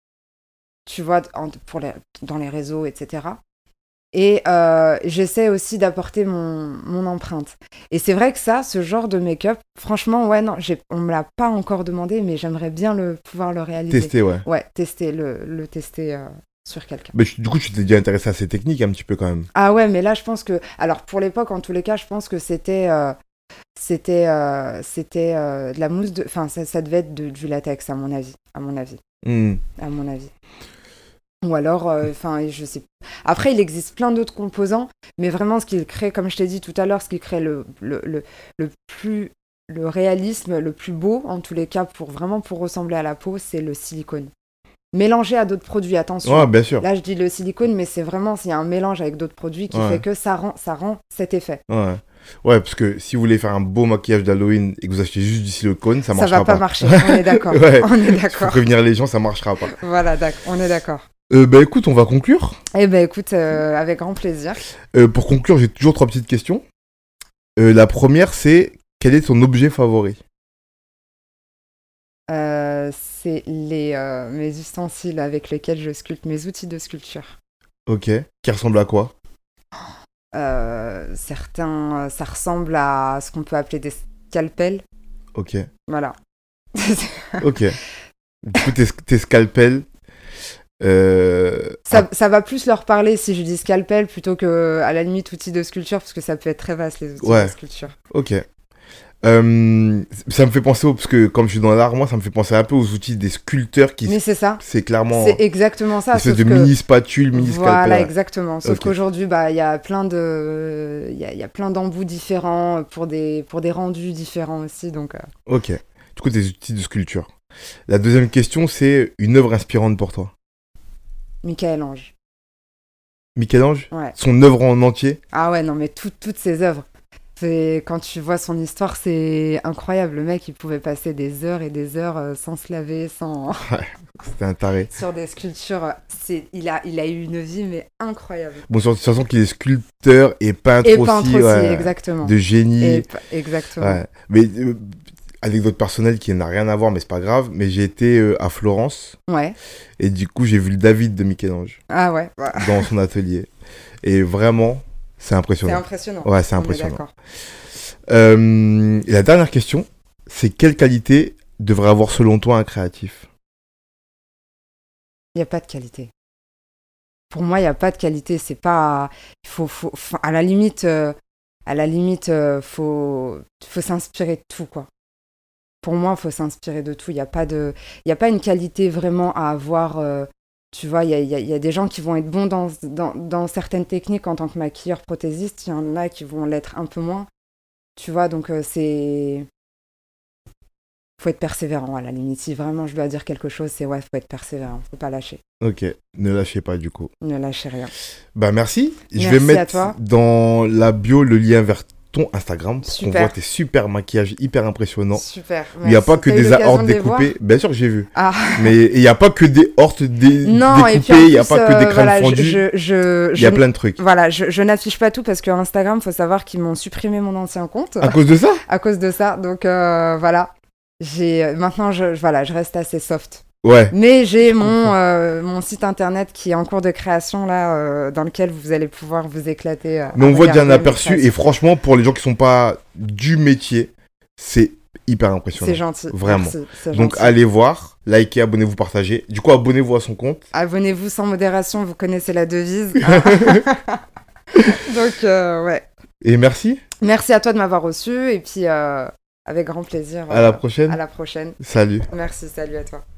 tu vois, en- pour les, dans les réseaux, et cetera. Et euh, j'essaie aussi d'apporter mon, mon empreinte. Et c'est vrai que ça, ce genre de make-up, franchement, ouais, non, j'ai- on me l'a pas encore demandé, mais j'aimerais bien le, pouvoir le réaliser. Tester, ouais. Ouais, tester, le, le tester euh, sur quelqu'un. Mais tu- du coup, tu t'es déjà intéressé à ces techniques un petit peu quand même. Ah ouais, mais là, je pense que... Alors, pour l'époque, en tous les cas, je pense que c'était... euh, c'était euh, c'était euh, de la mousse de... Enfin, ça, ça devait être de- du latex, à mon avis. À mon avis. Hmm. À mon avis. Ou alors, enfin, euh, je sais. Après, il existe plein d'autres composants, mais vraiment, ce qui crée, comme je t'ai dit tout à l'heure, ce qui crée le, le, le, le plus, le réalisme, le plus beau, en tous les cas, pour vraiment pour ressembler à la peau, c'est le silicone. Mélangé à d'autres produits, attention. Ouais, bien sûr. Là, je dis le silicone, mais c'est vraiment, il y a un mélange avec d'autres produits qui ouais. fait que ça rend, ça rend cet effet. Ouais. Ouais, parce que si vous voulez faire un beau maquillage d'Halloween et que vous achetez juste du silicone, ça marchera pas. Ça va pas, pas marcher, on est d'accord. ouais. On est d'accord. Faut prévenir les gens, ça marchera pas. Voilà, d'accord, on est d'accord. Euh, bah écoute, on va conclure. Eh ben écoute, euh, avec grand plaisir. Euh, pour conclure, j'ai toujours trois petites questions. Euh, la première, c'est quel est ton objet favori? euh, C'est les euh, mes ustensiles avec lesquels je sculpte, mes outils de sculpture. Ok. Qui ressemble à quoi? euh, Certains, ça ressemble à ce qu'on peut appeler des scalpels. Ok. Voilà. ok. Du coup, tes, tes scalpels. Euh... Ça, ah. ça va plus leur parler si je dis scalpel plutôt que à la limite outils de sculpture, parce que ça peut être très vaste les outils ouais. de sculpture. Ok. Euh, ça me fait penser, au, parce que comme je suis dans l'art, moi, ça me fait penser un peu aux outils des sculpteurs qui. Mais c'est ça. C'est clairement. C'est exactement ça. Espèce sauf de que... mini spatule, mini scalpel. Voilà, exactement. Sauf okay. qu'aujourd'hui, bah, il y a plein de, il y a, y a plein d'embouts différents pour des, pour des rendus différents aussi, donc. Euh... Ok. Du coup, des outils de sculpture. La deuxième question, c'est une œuvre inspirante pour toi. Michel-Ange. Michel-Ange? Ouais. Son œuvre en entier? Ah ouais, non, mais tout, toutes ses œuvres. C'est... Quand tu vois son histoire, c'est incroyable. Le mec, il pouvait passer des heures et des heures euh, sans se laver, sans... Ouais, c'était un taré. Sur des sculptures. C'est... Il, a, il a eu une vie, mais incroyable. Bon, sur toute façon qu'il est sculpteur et peintre et aussi. peintre aussi, ouais, exactement. De génie. Et... Exactement. Ouais. Mais... Euh... anecdote personnelle qui n'a rien à voir, mais c'est pas grave. Mais j'ai été euh, à Florence. Ouais. Et du coup, j'ai vu le David de Michel-Ange. Ah ouais. ouais. Dans son atelier. Et vraiment, c'est impressionnant. C'est impressionnant. Ouais, c'est On impressionnant. est d'accord. Euh, et la dernière question, c'est quelle qualité devrait avoir selon toi un créatif? Il n'y a pas de qualité. Pour moi, il n'y a pas de qualité. C'est pas. Il faut, faut, faut, à la limite, euh, à la limite, euh, faut, faut s'inspirer de tout, quoi. Pour moi, il faut s'inspirer de tout. Il n'y a pas de, il y a pas une qualité vraiment à avoir. Euh, tu vois, il y a, y, a, y a des gens qui vont être bons dans, dans, dans certaines techniques en tant que maquilleur prothésiste. Il y en a qui vont l'être un peu moins. Tu vois, donc euh, c'est. Faut être persévérant à la limite. Si vraiment je dois dire quelque chose, c'est ouais, faut être persévérant. Faut pas lâcher. Ok, ne lâchez pas du coup. Ne lâchez rien. Bah merci. Merci je vais mettre à toi. dans la bio le lien vers ton Instagram pour Super. qu'on voit tes super maquillages hyper impressionnants. Super. Il n'y a pas que des hortes découpées. Bien sûr que j'ai vu. Ah. Mais il n'y a pas que des hortes dé- non, découpées. Il n'y a plus, pas que des crèmes voilà, fondues. Je, je, il y a plein de trucs. Voilà, je, je n'affiche pas tout parce que Instagram, il faut savoir qu'ils m'ont supprimé mon ancien compte. À cause de ça? À cause de ça. Donc euh, voilà. J'ai, maintenant, je, voilà, je reste assez soft. Ouais. Mais j'ai mon, euh, mon site internet qui est en cours de création, là, euh, dans lequel vous allez pouvoir vous éclater. Euh, Mais on voit déjà un aperçu. Et franchement, pour les gens qui sont pas du métier, c'est hyper impressionnant. C'est gentil. Vraiment. Merci, c'est Donc gentil. allez voir, likez, abonnez-vous, partagez. Du coup, abonnez-vous à son compte. Abonnez-vous sans modération, vous connaissez la devise. Donc, euh, ouais. Et merci. Merci à toi de m'avoir reçu. Et puis, euh, avec grand plaisir. À euh, la prochaine. À la prochaine. Salut. Merci, salut à toi.